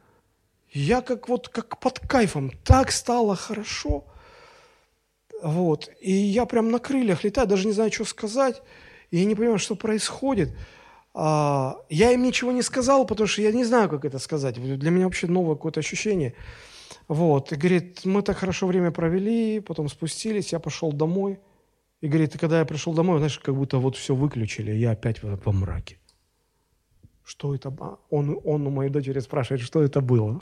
Я как вот, как под кайфом. Так стало хорошо. Вот, и я прям на крыльях летаю, даже не знаю, что сказать. И я не понимаю, что происходит. А, я им ничего не сказал, потому что я не знаю, как это сказать. Для меня вообще новое какое-то ощущение. Вот. И говорит, мы так хорошо время провели, потом спустились, я пошел домой. И говорит, и когда я пришел домой, знаешь, как будто вот все выключили, я опять во мраке. Что это было? Он, он у моей дочери спрашивает, что это было.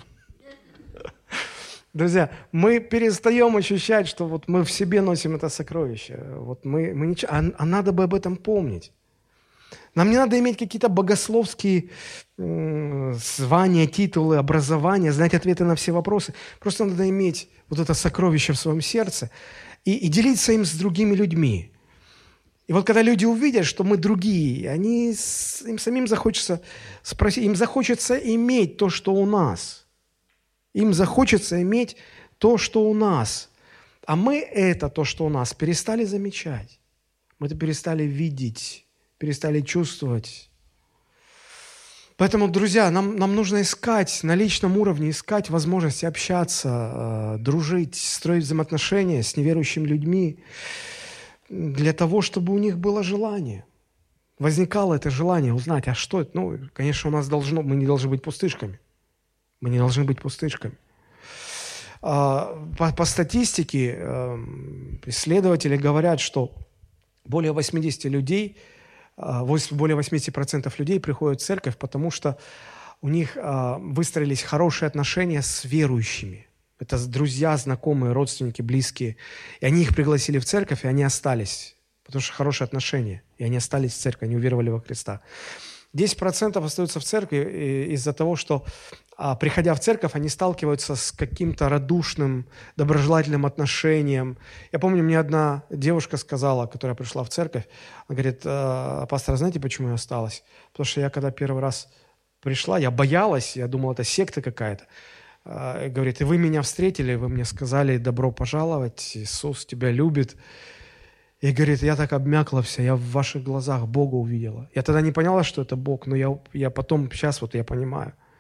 Друзья, мы перестаем ощущать, что вот мы в себе носим это сокровище. Вот мы, мы ничего, а, а надо бы об этом помнить. Нам не надо иметь какие-то богословские э, звания, титулы, образования, знать ответы на все вопросы. Просто надо иметь вот это сокровище в своем сердце и, и делиться им с другими людьми. И вот когда люди увидят, что мы другие, они, им самим захочется спросить, им захочется иметь то, что у нас. Им захочется иметь то, что у нас. А мы это, то, что у нас, перестали замечать. Мы это перестали видеть, перестали чувствовать. Поэтому, друзья, нам, нам нужно искать на личном уровне, искать возможности общаться, э, дружить, строить взаимоотношения с неверующими людьми для того, чтобы у них было желание. Возникало это желание узнать, а что это? Ну, конечно, у нас должно, мы не должны быть пустышками. Мы не должны быть пустышками. По, по статистике исследователи говорят, что более восемьдесят людей, более восемьдесят процентов людей приходят в церковь, потому что у них выстроились хорошие отношения с верующими. Это друзья, знакомые, родственники, близкие. И они их пригласили в церковь, и они остались, потому что хорошие отношения. И они остались в церкви, они уверовали во Христа. десять процентов остаются в церкви из-за того, что, приходя в церковь, они сталкиваются с каким-то радушным, доброжелательным отношением. Я помню, мне одна девушка сказала, которая пришла в церковь, она говорит, пастор, знаете, почему я осталась? Потому что я, когда первый раз пришла, я боялась, я думала, это секта какая-то. Говорит, и вы меня встретили, вы мне сказали, добро пожаловать, Иисус тебя любит. И говорит, я так обмякла вся, я в ваших глазах Бога увидела. Я тогда не поняла, что это Бог, но я, я потом, сейчас вот я понимаю.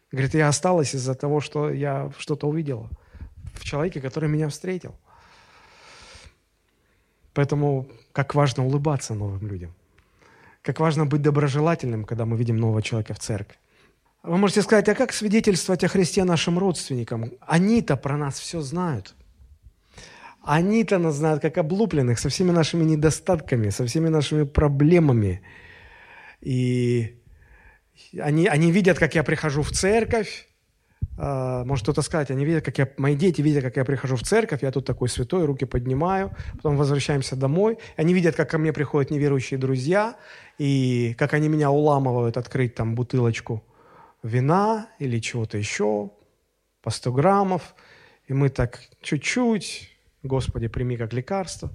Говорит, я осталась из-за того, что я что-то увидела в человеке, который меня встретил. Поэтому как важно улыбаться новым людям. Как важно быть доброжелательным, когда мы видим нового человека в церкви. Вы можете сказать, а как свидетельствовать о Христе нашим родственникам? Они-то про нас все знают. Они-то нас знают как облупленных, со всеми нашими недостатками, со всеми нашими проблемами. И они, они видят, как я прихожу в церковь. Может кто-то сказать, они видят, как я, мои дети видят, как я прихожу в церковь, я тут такой святой, руки поднимаю, потом возвращаемся домой. Они видят, как ко мне приходят неверующие друзья, и как они меня уламывают открыть там бутылочку вина или чего-то еще, по сто граммов, и мы так чуть-чуть, Господи, прими как лекарство.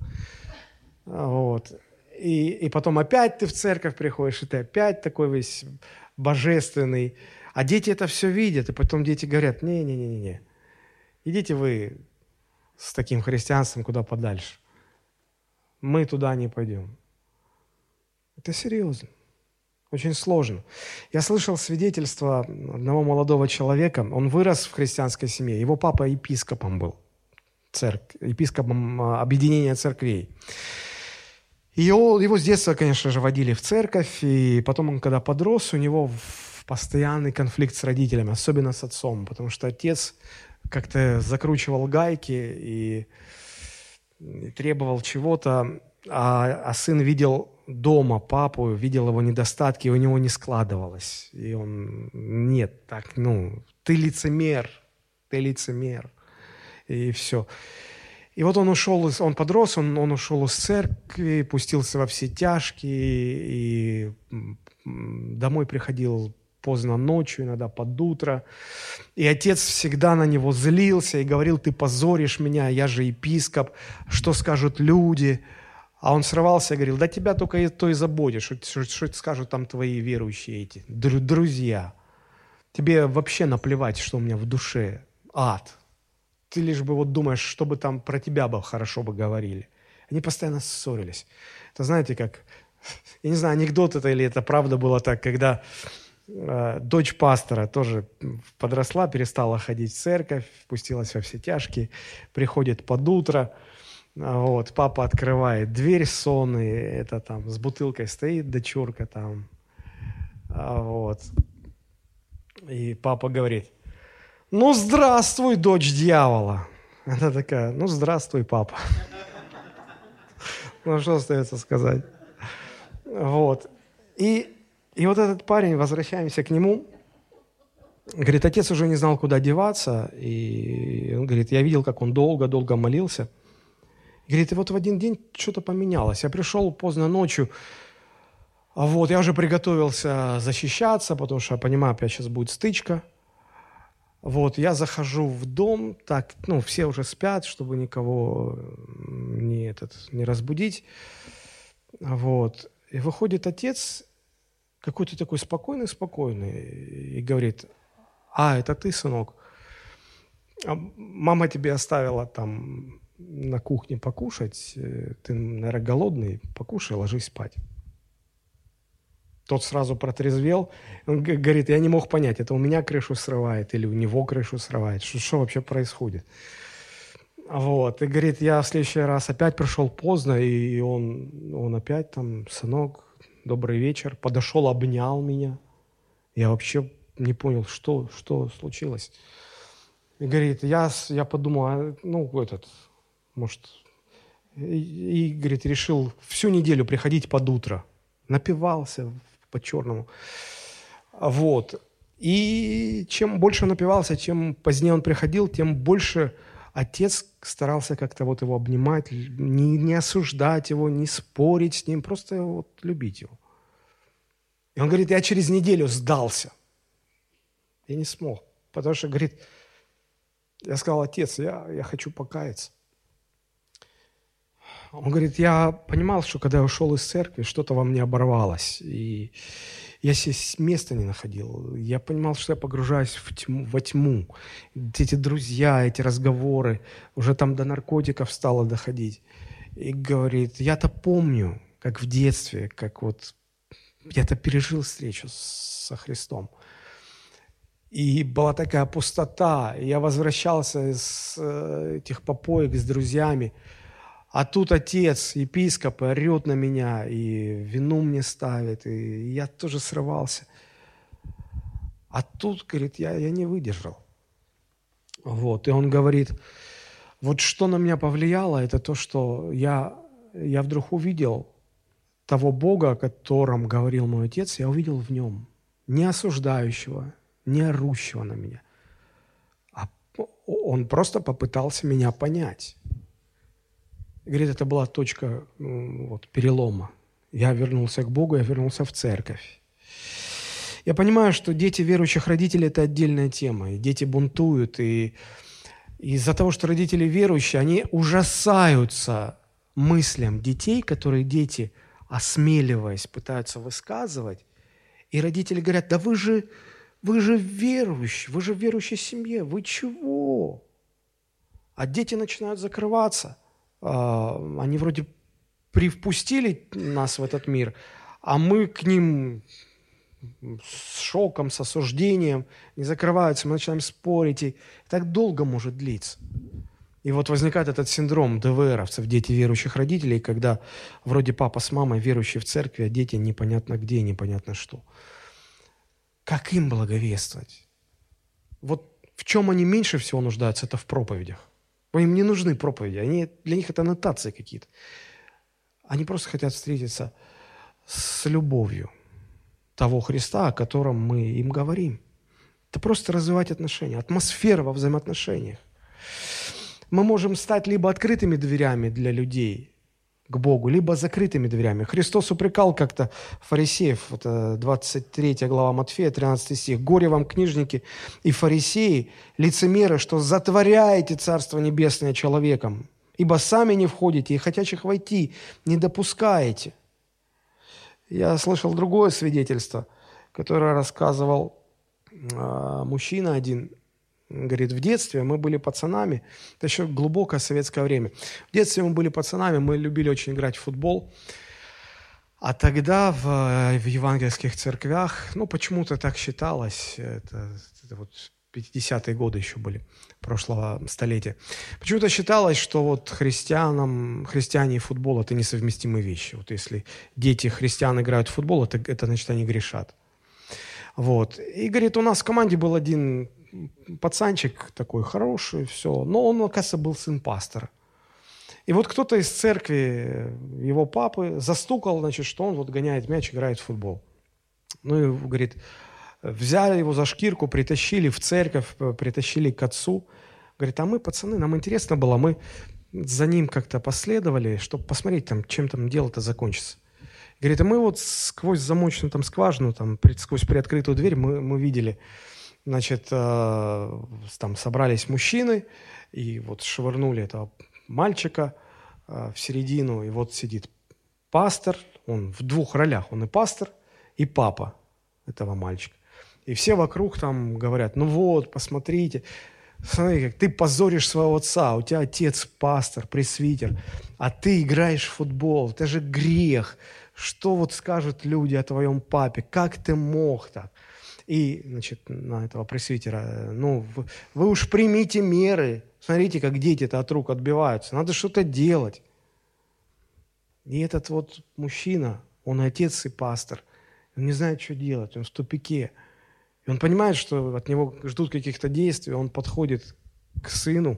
Вот. И, и потом опять ты в церковь приходишь, и ты опять такой весь божественный. А дети это все видят, и потом дети говорят, не-не-не-не, идите вы с таким христианством куда подальше. Мы туда не пойдем. Это серьезно. Очень сложно. Я слышал свидетельство одного молодого человека. Он вырос в христианской семье. Его папа епископом был, церк... епископом объединения церквей. И его, его с детства, конечно же, водили в церковь. И потом он, когда подрос, у него постоянный конфликт с родителями, особенно с отцом. Потому что отец как-то закручивал гайки и, и требовал чего-то. А, а сын видел дома папу, видел его недостатки, и у него не складывалось. И он, нет, так, ну, ты лицемер, ты лицемер. И все. И вот он ушел, он подрос, он, он ушел из церкви, пустился во все тяжкие, и домой приходил поздно ночью, иногда под утро. И отец всегда на него злился и говорил, ты позоришь меня, я же епископ, что скажут люди? А он срывался и говорил, да тебя только то и заботишь, что, что, что скажут там твои верующие эти, друзья. Тебе вообще наплевать, что у меня в душе, ад. Ты лишь бы вот думаешь, чтобы там про тебя бы хорошо бы говорили. Они постоянно ссорились. Это знаете как, я не знаю, анекдот это или это правда было так, когда э, дочь пастора тоже подросла, перестала ходить в церковь, пустилась во все тяжкие, приходит под утро. Вот, папа открывает дверь сонный, это там с бутылкой стоит дочурка там, вот, и папа говорит, ну, здравствуй, дочь дьявола. Она такая, ну, здравствуй, папа. Ну, что остается сказать? Вот, и, и вот этот парень, возвращаемся к нему, говорит, отец уже не знал, куда деваться, и он говорит, я видел, как он долго-долго молился. Говорит, и вот в один день что-то поменялось. Я пришел поздно ночью, вот, я уже приготовился защищаться, потому что я понимаю, опять сейчас будет стычка. Вот, я захожу в дом, так, ну, все уже спят, чтобы никого не, этот, не разбудить. Вот, и выходит отец, какой-то такой спокойный-спокойный, и говорит, а, это ты, сынок? Мама тебе оставила там на кухне покушать, ты, наверное, голодный, покушай, ложись спать. Тот сразу протрезвел, он говорит, я не мог понять, это у меня крышу срывает или у него крышу срывает, что, что вообще происходит. Вот, и говорит, я в следующий раз опять пришел поздно, и он, он опять там, сынок, добрый вечер, подошел, обнял меня. Я вообще не понял, что, что случилось. И говорит, я, я подумал, а, ну, этот... Может, и, и, говорит, решил всю неделю приходить под утро. Напивался по-черному. Вот. И чем больше он напивался, чем позднее он приходил, тем больше отец старался как-то вот его обнимать, не, не осуждать его, не спорить с ним, просто вот любить его. И он говорит, я через неделю сдался. Я не смог. Потому что, говорит, я сказал, отец, я, я хочу покаяться. Он говорит, я понимал, что когда я ушел из церкви, что-то во мне оборвалось, и я себе места не находил. Я понимал, что я погружаюсь в тьму, во тьму. Эти друзья, эти разговоры, уже там до наркотиков стало доходить. И говорит, я-то помню, как в детстве, как вот я-то пережил встречу со Христом. И была такая пустота. И я возвращался с э, этих попоек с друзьями. А тут отец, епископ, орет на меня, и вину мне ставит, и я тоже срывался. А тут, говорит, я, я не выдержал. Вот, и он говорит, вот что на меня повлияло, это то, что я, я вдруг увидел того Бога, о котором говорил мой отец, я увидел в нем не осуждающего, не орущего на меня, а он просто попытался меня понять. Говорит, это была точка вот, перелома. Я вернулся к Богу, я вернулся в церковь. Я понимаю, что дети верующих родителей – это отдельная тема. И дети бунтуют. И из-за того, что родители верующие, они ужасаются мыслям детей, которые дети, осмеливаясь, пытаются высказывать. И родители говорят, да вы же, вы же верующие, вы же в верующей семье, вы чего? А дети начинают закрываться. Они вроде привпустили нас в этот мир, а мы к ним с шоком, с осуждением не закрываются, мы начинаем спорить, и так долго может длиться. И вот возникает этот синдром ДВРовцев, дети верующих родителей, когда вроде папа с мамой верующие в церкви, а дети непонятно где, непонятно что. Как им благовествовать? Вот в чем они меньше всего нуждаются, это в проповедях. Им не нужны проповеди, они, для них это аннотации какие-то. Они просто хотят встретиться с любовью того Христа, о котором мы им говорим. Это просто развивать отношения, атмосфера во взаимоотношениях. Мы можем стать либо открытыми дверями для людей к Богу, либо закрытыми дверями. Христос упрекал как-то фарисеев, это двадцать третья глава Матфея, тринадцатый стих. «Горе вам, книжники и фарисеи, лицемеры, что затворяете Царство Небесное человеком, ибо сами не входите и хотящих войти не допускаете». Я слышал другое свидетельство, которое рассказывал э, мужчина один. Говорит, в детстве мы были пацанами, это еще глубокое советское время. В детстве мы были пацанами, мы любили очень играть в футбол. А тогда в, в евангельских церквях, ну, почему-то так считалось, это, это вот пятидесятые годы еще были, прошлого столетия. Почему-то считалось, что вот христианам, христиане и футбол – это несовместимые вещи. Вот если дети христиан играют в футбол, это, это значит, они грешат. Вот. И, говорит, у нас в команде был один пацанчик такой хороший, все. Но он, оказывается, был сын пастора. И вот кто-то из церкви его папы застукал, значит, что он вот гоняет мяч, играет в футбол. Ну и, говорит, взяли его за шкирку, притащили в церковь, притащили к отцу. Говорит, а мы, пацаны, нам интересно было, мы за ним как-то последовали, чтобы посмотреть, там, чем там дело-то закончится. Говорит, а мы вот сквозь замочную там скважину, там, сквозь приоткрытую дверь мы, мы видели, значит, э, там собрались мужчины и вот швырнули этого мальчика э, в середину, и вот сидит пастор, он в двух ролях, он и пастор, и папа этого мальчика. И все вокруг там говорят, ну вот, посмотрите, смотри, как ты позоришь своего отца, у тебя отец пастор, пресвитер, а ты играешь в футбол, это же грех. Что вот скажут люди о твоем папе, как ты мог так? И, значит, на этого пресвитера, ну, вы, вы уж примите меры. Смотрите, как дети-то от рук отбиваются. Надо что-то делать. И этот вот мужчина, он отец и пастор. Он не знает, что делать, он в тупике. И он понимает, что от него ждут каких-то действий. Он подходит к сыну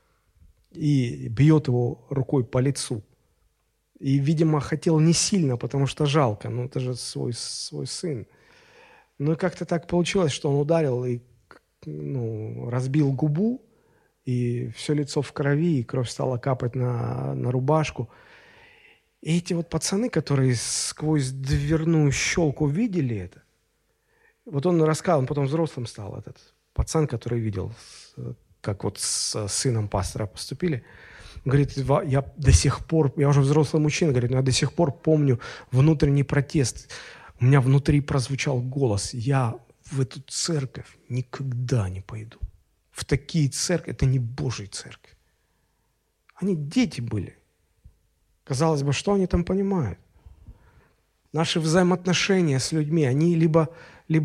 и бьет его рукой по лицу. И, видимо, хотел не сильно, потому что жалко. Ну, это же свой, свой сын. Ну и как-то так получилось, что он ударил и ну, разбил губу, и все лицо в крови, и кровь стала капать на, на рубашку. И эти вот пацаны, которые сквозь дверную щелку видели это, вот он рассказал, он потом взрослым стал, этот пацан, который видел, как вот с сыном пастора поступили. Он говорит, я до сих пор, я уже взрослый мужчина, говорит, но я до сих пор помню внутренний протест. У меня внутри прозвучал голос, я в эту церковь никогда не пойду. В такие церкви, это не Божья церковь. Они дети были. Казалось бы, что они там понимают? Наши взаимоотношения с людьми, они либо, либо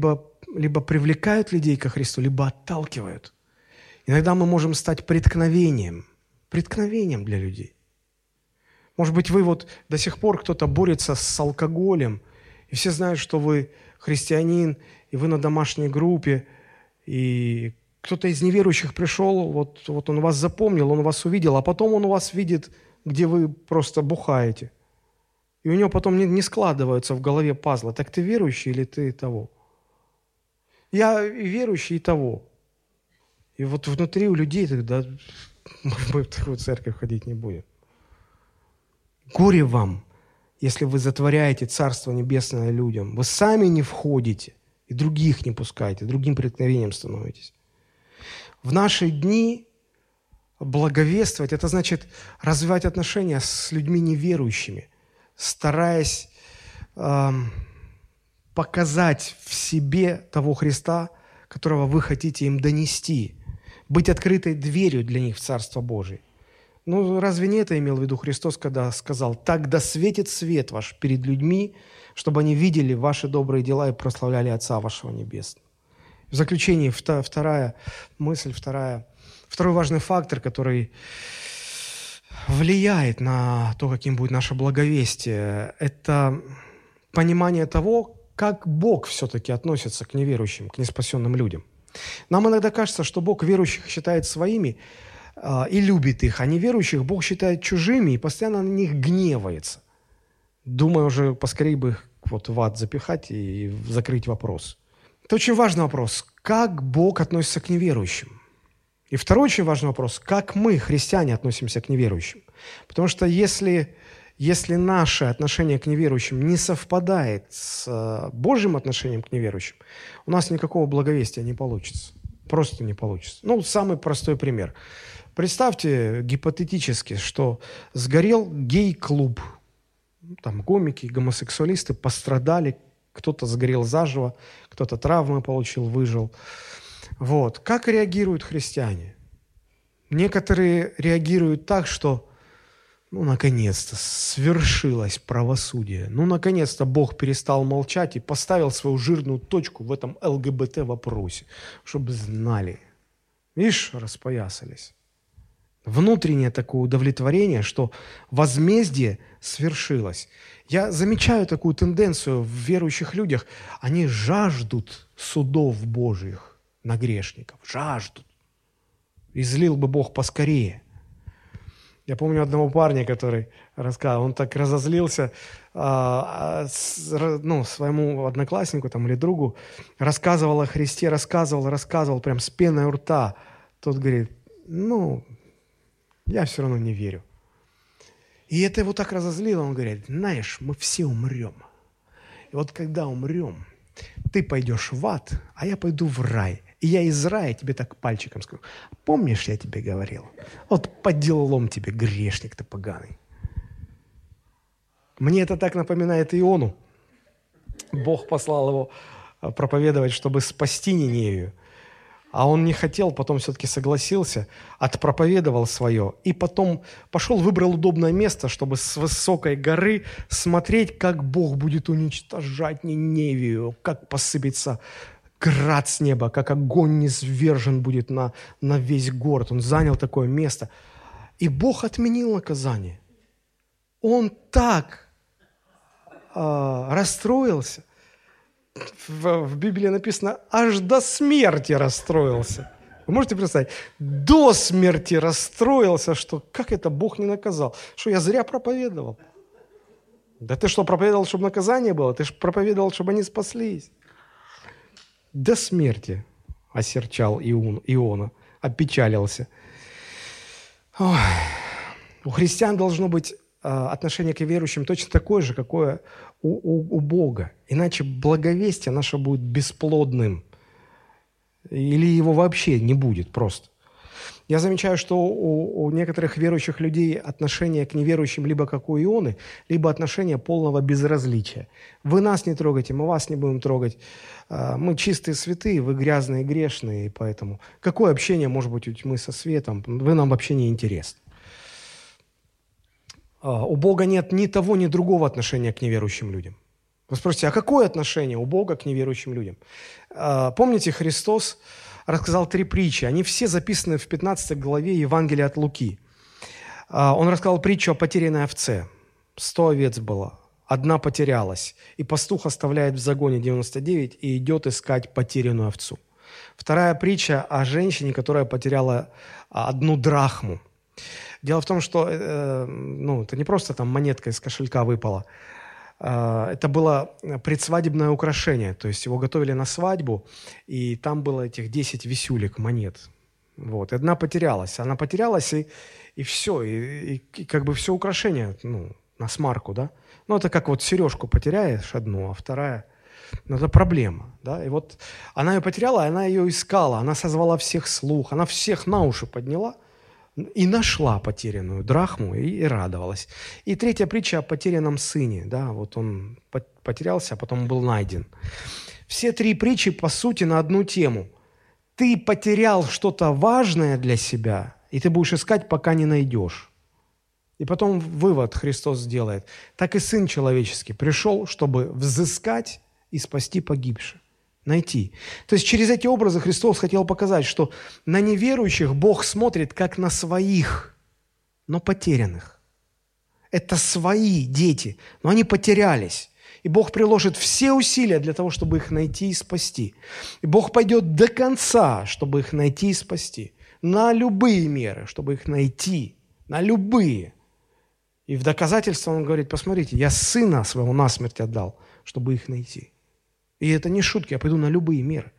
либо привлекают людей ко Христу, либо отталкивают. Иногда мы можем стать преткновением, преткновением для людей. Может быть, вы вот до сих пор кто-то борется с алкоголем, и все знают, что вы христианин, и вы на домашней группе, и кто-то из неверующих пришел, вот, вот он вас запомнил, он вас увидел, а потом он вас видит, где вы просто бухаете. И у него потом не, не складываются в голове пазлы. Так ты верующий или ты того? Я и верующий, и того. И вот внутри у людей тогда мы в такую церковь ходить не будем. Горе вам, если вы затворяете Царство Небесное людям. Вы сами не входите, и других не пускаете, другим преткновением становитесь. В наши дни благовествовать – это значит развивать отношения с людьми неверующими, стараясь э, показать в себе того Христа, которого вы хотите им донести, быть открытой дверью для них в Царство Божие. Ну, разве не это имел в виду Христос, когда сказал: «Так да светит свет ваш перед людьми, чтобы они видели ваши добрые дела и прославляли Отца вашего Небесного». В заключение вторая мысль, вторая, второй важный фактор, который влияет на то, каким будет наше благовестие, это понимание того, как Бог все-таки относится к неверующим, к неспасенным людям. Нам иногда кажется, что Бог верующих считает своими э, и любит их, а неверующих Бог считает чужими и постоянно на них гневается. Думаю, уже поскорее бы их вот в ад запихать и закрыть вопрос. Это очень важный вопрос. Как Бог относится к неверующим? И второй очень важный вопрос. Как мы, христиане, относимся к неверующим? Потому что если, если наше отношение к неверующим не совпадает с Божьим отношением к неверующим, у нас никакого благовестия не получится. Просто не получится. Ну, самый простой пример. Представьте гипотетически, что сгорел гей-клуб. Там гомики, гомосексуалисты пострадали, кто-то сгорел заживо, кто-то травмы получил, выжил. Вот. Как реагируют христиане? Некоторые реагируют так, что ну, наконец-то свершилось правосудие. Ну, наконец-то Бог перестал молчать и поставил свою жирную точку в этом эл гэ бэ тэ вопросе, чтобы знали. Видишь, распоясались. Внутреннее такое удовлетворение, что возмездие свершилось. Я замечаю такую тенденцию в верующих людях. Они жаждут судов Божьих на грешников. Жаждут. Излил бы Бог поскорее. Я помню одного парня, который рассказывал, он так разозлился, а, с, ну, своему однокласснику там, или другу, рассказывал о Христе, рассказывал, рассказывал, прям с пеной у рта. Тот говорит: ну, я все равно не верю. И это его так разозлило, он говорит: знаешь, мы все умрем. И вот когда умрем, ты пойдешь в ад, а я пойду в рай. И я из рая тебе так пальчиком скажу: помнишь, я тебе говорил? Вот по делам тебе, грешник ты поганый. Мне это так напоминает Иону. Бог послал его проповедовать, чтобы спасти Ниневию. А он не хотел, потом все-таки согласился, отпроповедовал свое. И потом пошел, выбрал удобное место, чтобы с высокой горы смотреть, как Бог будет уничтожать Ниневию, как посыпется град с неба, как огонь низвержен будет на, на весь город. Он занял такое место. И Бог отменил наказание. Он так э, расстроился. В, в Библии написано, аж до смерти расстроился. Вы можете представить? До смерти расстроился, что как это Бог не наказал? Что я зря проповедовал? Да ты что, проповедовал, чтобы наказание было? Ты же проповедовал, чтобы они спаслись. До смерти осерчал Ион, Иона, опечалился. Ой. У христиан должно быть отношение к верующим точно такое же, какое у, у, у Бога. Иначе благовестие наше будет бесплодным. Или его вообще не будет просто. Я замечаю, что у, у некоторых верующих людей отношение к неверующим либо как у Ионы, либо отношение полного безразличия. Вы нас не трогаете, мы вас не будем трогать. Мы чистые святые, вы грязные грешные, и поэтому какое общение может быть у тьмы со светом? Вы нам вообще не интересны. У Бога нет ни того, ни другого отношения к неверующим людям. Вы спросите, а какое отношение у Бога к неверующим людям? А, Помните, Христос рассказал три притчи. Они все записаны в пятнадцатой главе Евангелия от Луки. А, Он рассказал притчу о потерянной овце. Сто овец было, одна потерялась, и пастух оставляет в загоне девяносто девять и идет искать потерянную овцу. Вторая притча о женщине, которая потеряла одну драхму. Дело в том, что э, ну, это не просто там монетка из кошелька выпала. Э, это было предсвадебное украшение. То есть его готовили на свадьбу, и там было этих десять висюлек монет. Вот. И одна потерялась. Она потерялась, и, и все. И, и, и как бы все украшение ну, на смарку. Да? Ну, это как вот сережку потеряешь одну, а вторая... Но это проблема, да, и вот она ее потеряла, она ее искала, она созвала всех слух, она всех на уши подняла и нашла потерянную драхму и, и радовалась. И третья притча о потерянном сыне, да, вот он потерялся, а потом был найден. Все три притчи, по сути, на одну тему. Ты потерял что-то важное для себя, и ты будешь искать, пока не найдешь. И потом вывод Христос сделает. Так и Сын Человеческий пришел, чтобы взыскать и спасти погибших, найти. То есть через эти образы Христос хотел показать, что на неверующих Бог смотрит как на своих, но потерянных. Это свои дети, но они потерялись. И Бог приложит все усилия для того, чтобы их найти и спасти. И Бог пойдет до конца, чтобы их найти и спасти. На любые меры, чтобы их найти. На любые. И в доказательство Он говорит, посмотрите, я сына своего насмерть отдал, чтобы их найти. И это не шутки, я пойду на любые меры.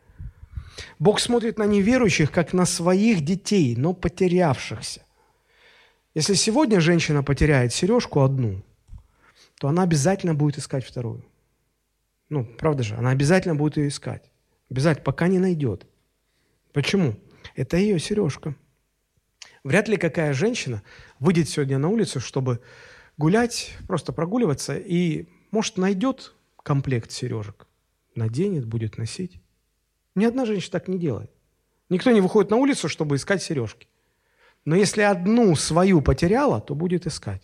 Бог смотрит на неверующих, как на своих детей, но потерявшихся. Если сегодня женщина потеряет сережку одну, то она обязательно будет искать вторую. Ну, правда же, она обязательно будет ее искать. Обязательно, пока не найдет. Почему? Это ее сережка. Вряд ли какая женщина выйдет сегодня на улицу, чтобы гулять, просто прогуливаться, и, может, найдет комплект сережек. Наденет, будет носить. Ни одна женщина так не делает. Никто не выходит на улицу, чтобы искать сережки. Но если одну свою потеряла, то будет искать.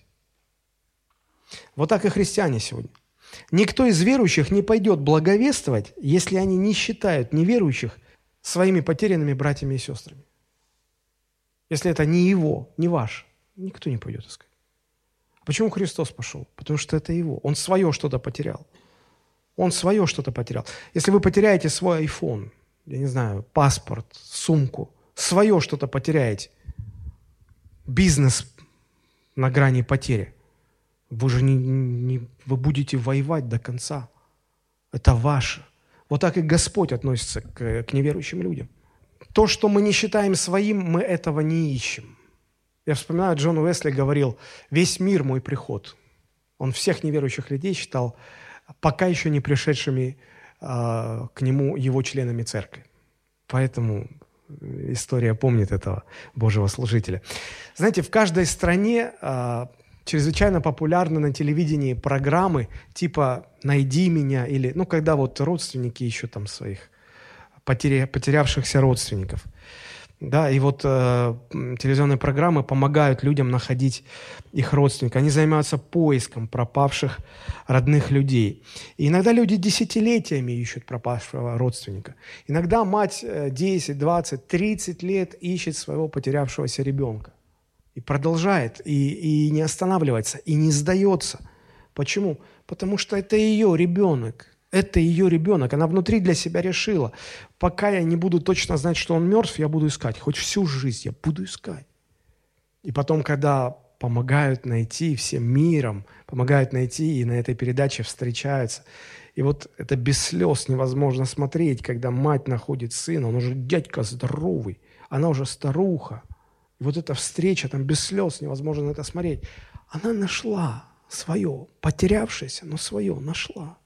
Вот так и христиане сегодня. Никто из верующих не пойдет благовествовать, если они не считают неверующих своими потерянными братьями и сестрами. Если это не его, не ваш, никто не пойдет искать. Почему Христос пошел? Потому что это его. Он свое что-то потерял. Он свое что-то потерял. Если вы потеряете свой айфон, я не знаю, паспорт, сумку, свое что-то потеряете, бизнес на грани потери, вы же не, не, вы будете воевать до конца. Это ваше. Вот так и Господь относится к, к неверующим людям. То, что мы не считаем своим, мы этого не ищем. Я вспоминаю, Джон Уэсли говорил, весь мир мой приход. Он всех неверующих людей считал пока еще не пришедшими э, к нему его членами церкви. Поэтому история помнит этого Божьего служителя. Знаете, в каждой стране э, чрезвычайно популярны на телевидении программы типа «Найди меня» или, ну, когда вот родственники ищут там своих потеря, потерявшихся родственников. Да, и вот э, телевизионные программы помогают людям находить их родственников. Они занимаются поиском пропавших родных людей. И иногда люди десятилетиями ищут пропавшего родственника. Иногда мать десять, двадцать, тридцать лет ищет своего потерявшегося ребенка. И продолжает, и, и не останавливается, и не сдается. Почему? Потому что это ее ребенок. Это ее ребенок. Она внутри для себя решила. Пока я не буду точно знать, что он мертв, я буду искать. Хоть всю жизнь я буду искать. И потом, когда помогают найти всем миром, помогают найти, и на этой передаче встречаются. И вот это без слез невозможно смотреть, когда мать находит сына, он уже дядька здоровый, она уже старуха. И вот эта встреча, там без слез невозможно на это смотреть. Она нашла свое, потерявшееся, но свое нашла.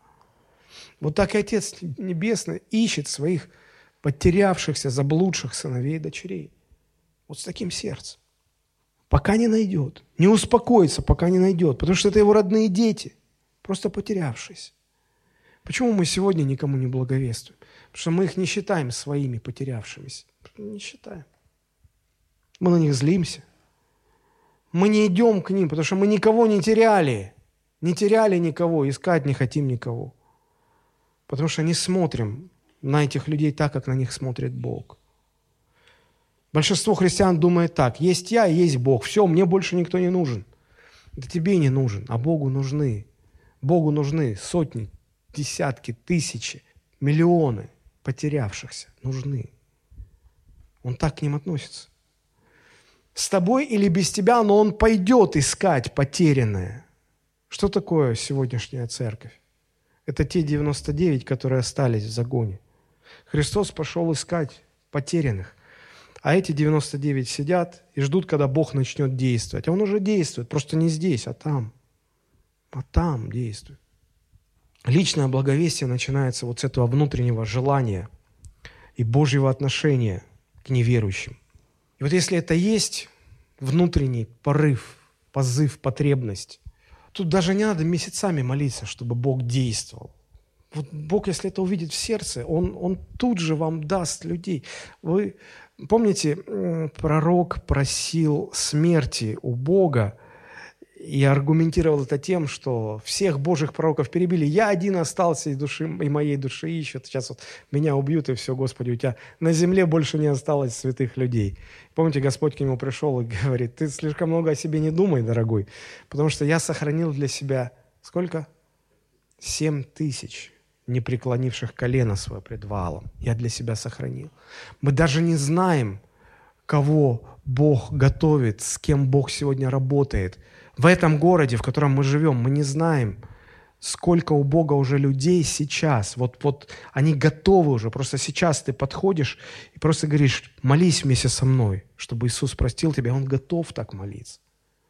Вот так и Отец Небесный ищет своих потерявшихся, заблудших сыновей и дочерей. Вот с таким сердцем. Пока не найдет. Не успокоится, пока не найдет. Потому что это его родные дети, просто потерявшиеся. Почему мы сегодня никому не благовествуем? Потому что мы их не считаем своими потерявшимися. Не считаем. Мы на них злимся. Мы не идем к ним, потому что мы никого не теряли. Не теряли никого, искать не хотим никого. Потому что не смотрим на этих людей так, как на них смотрит Бог. Большинство христиан думает так: есть я и есть Бог. Все, мне больше никто не нужен. Да тебе не нужен, а Богу нужны. Богу нужны сотни, десятки, тысячи, миллионы потерявшихся. Нужны. Он так к ним относится. С тобой или без тебя, но Он пойдет искать потерянное. Что такое сегодняшняя церковь? Это те девяносто девять, которые остались в загоне. Христос пошел искать потерянных. А эти девяносто девять сидят и ждут, когда Бог начнет действовать. А Он уже действует, просто не здесь, а там. А там действует. Личное благовестие начинается вот с этого внутреннего желания и Божьего отношения к неверующим. И вот если это есть внутренний порыв, позыв, потребность, тут даже не надо месяцами молиться, чтобы Бог действовал. Вот Бог, если это увидит в сердце, Он, Он тут же вам даст людей. Вы помните, пророк просил смерти у Бога и аргументировал это тем, что всех Божьих пророков перебили. Я один остался, и, души, и моей души ищут. Сейчас вот меня убьют, и все, Господи, у тебя на земле больше не осталось святых людей. Помните, Господь к нему пришел и говорит: ты слишком много о себе не думай, дорогой, потому что я сохранил для себя сколько? Семь тысяч не преклонивших колено свое пред Ваалом. Я для себя сохранил. Мы даже не знаем, кого Бог готовит, с кем Бог сегодня работает. В этом городе, в котором мы живем, мы не знаем, сколько у Бога уже людей сейчас. Вот, вот они готовы уже. Просто сейчас ты подходишь и просто говоришь: молись вместе со мной, чтобы Иисус простил тебя. Он готов так молиться.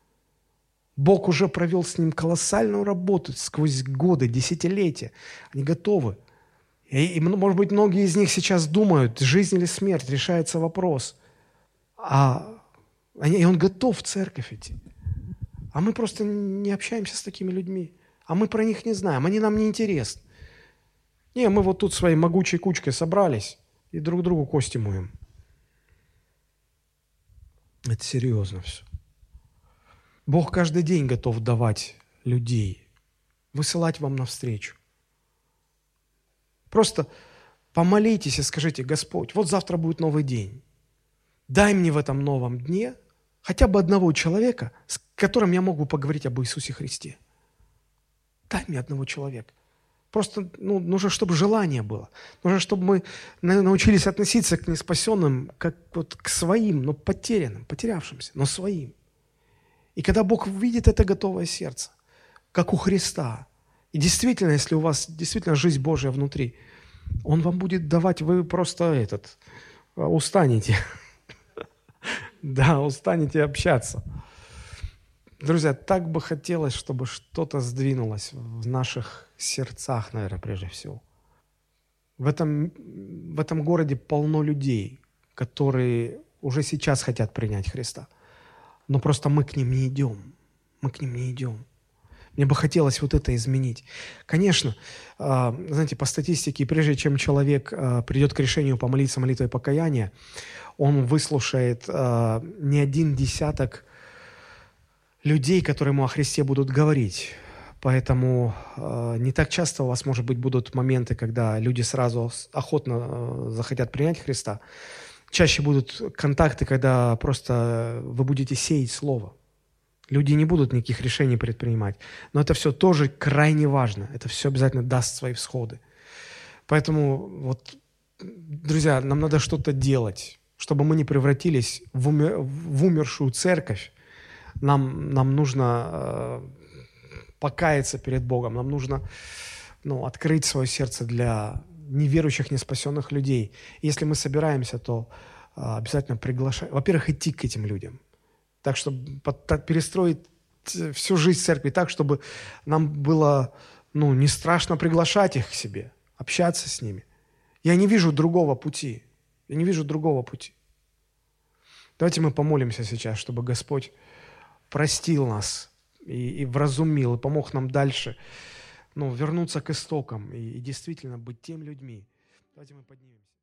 Бог уже провел с ним колоссальную работу сквозь годы, десятилетия. Они готовы. И, и, может быть, многие из них сейчас думают: жизнь или смерть, решается вопрос. А, и он готов в церковь идти. А мы просто не общаемся с такими людьми. А мы про них не знаем, они нам не интересны. Не, мы вот тут своей могучей кучкой собрались и друг другу кости моем. Это серьезно все. Бог каждый день готов давать людей, высылать вам навстречу. Просто помолитесь и скажите: Господь, вот завтра будет новый день. Дай мне в этом новом дне хотя бы одного человека, с которым я мог бы поговорить об Иисусе Христе. Дай мне одного человека. Просто ну, нужно, чтобы желание было. Нужно, чтобы мы научились относиться к неспасенным, как вот к своим, но потерянным, потерявшимся, но своим. И когда Бог видит это готовое сердце, как у Христа, и действительно, если у вас действительно жизнь Божья внутри, Он вам будет давать, вы просто этот, устанете. Да, устанете общаться. Друзья, так бы хотелось, чтобы что-то сдвинулось в наших сердцах, наверное, прежде всего. В этом, в этом городе полно людей, которые уже сейчас хотят принять Христа. Но просто мы к ним не идем. Мы к ним не идем. Мне бы хотелось вот это изменить. Конечно, знаете, по статистике, прежде чем человек придет к решению помолиться молитвой покаяния, он выслушает не один десяток людей, которые ему о Христе будут говорить. Поэтому не так часто у вас, может быть, будут моменты, когда люди сразу охотно захотят принять Христа. Чаще будут контакты, когда просто вы будете сеять Слово. Люди не будут никаких решений предпринимать. Но это все тоже крайне важно. Это все обязательно даст свои всходы. Поэтому, вот, друзья, нам надо что-то делать, чтобы мы не превратились в, умер, в умершую церковь. Нам, нам нужно э, покаяться перед Богом. Нам нужно ну, открыть свое сердце для неверующих, неспасенных людей. И если мы собираемся, то э, обязательно приглашать. Во-первых, идти к этим людям. Так, чтобы так, перестроить всю жизнь церкви так, чтобы нам было ну, не страшно приглашать их к себе, общаться с ними. Я не вижу другого пути. Я не вижу другого пути. Давайте мы помолимся сейчас, чтобы Господь простил нас и, и вразумил, и помог нам дальше ну, вернуться к истокам и, и действительно быть тем людьми. Давайте мы поднимемся.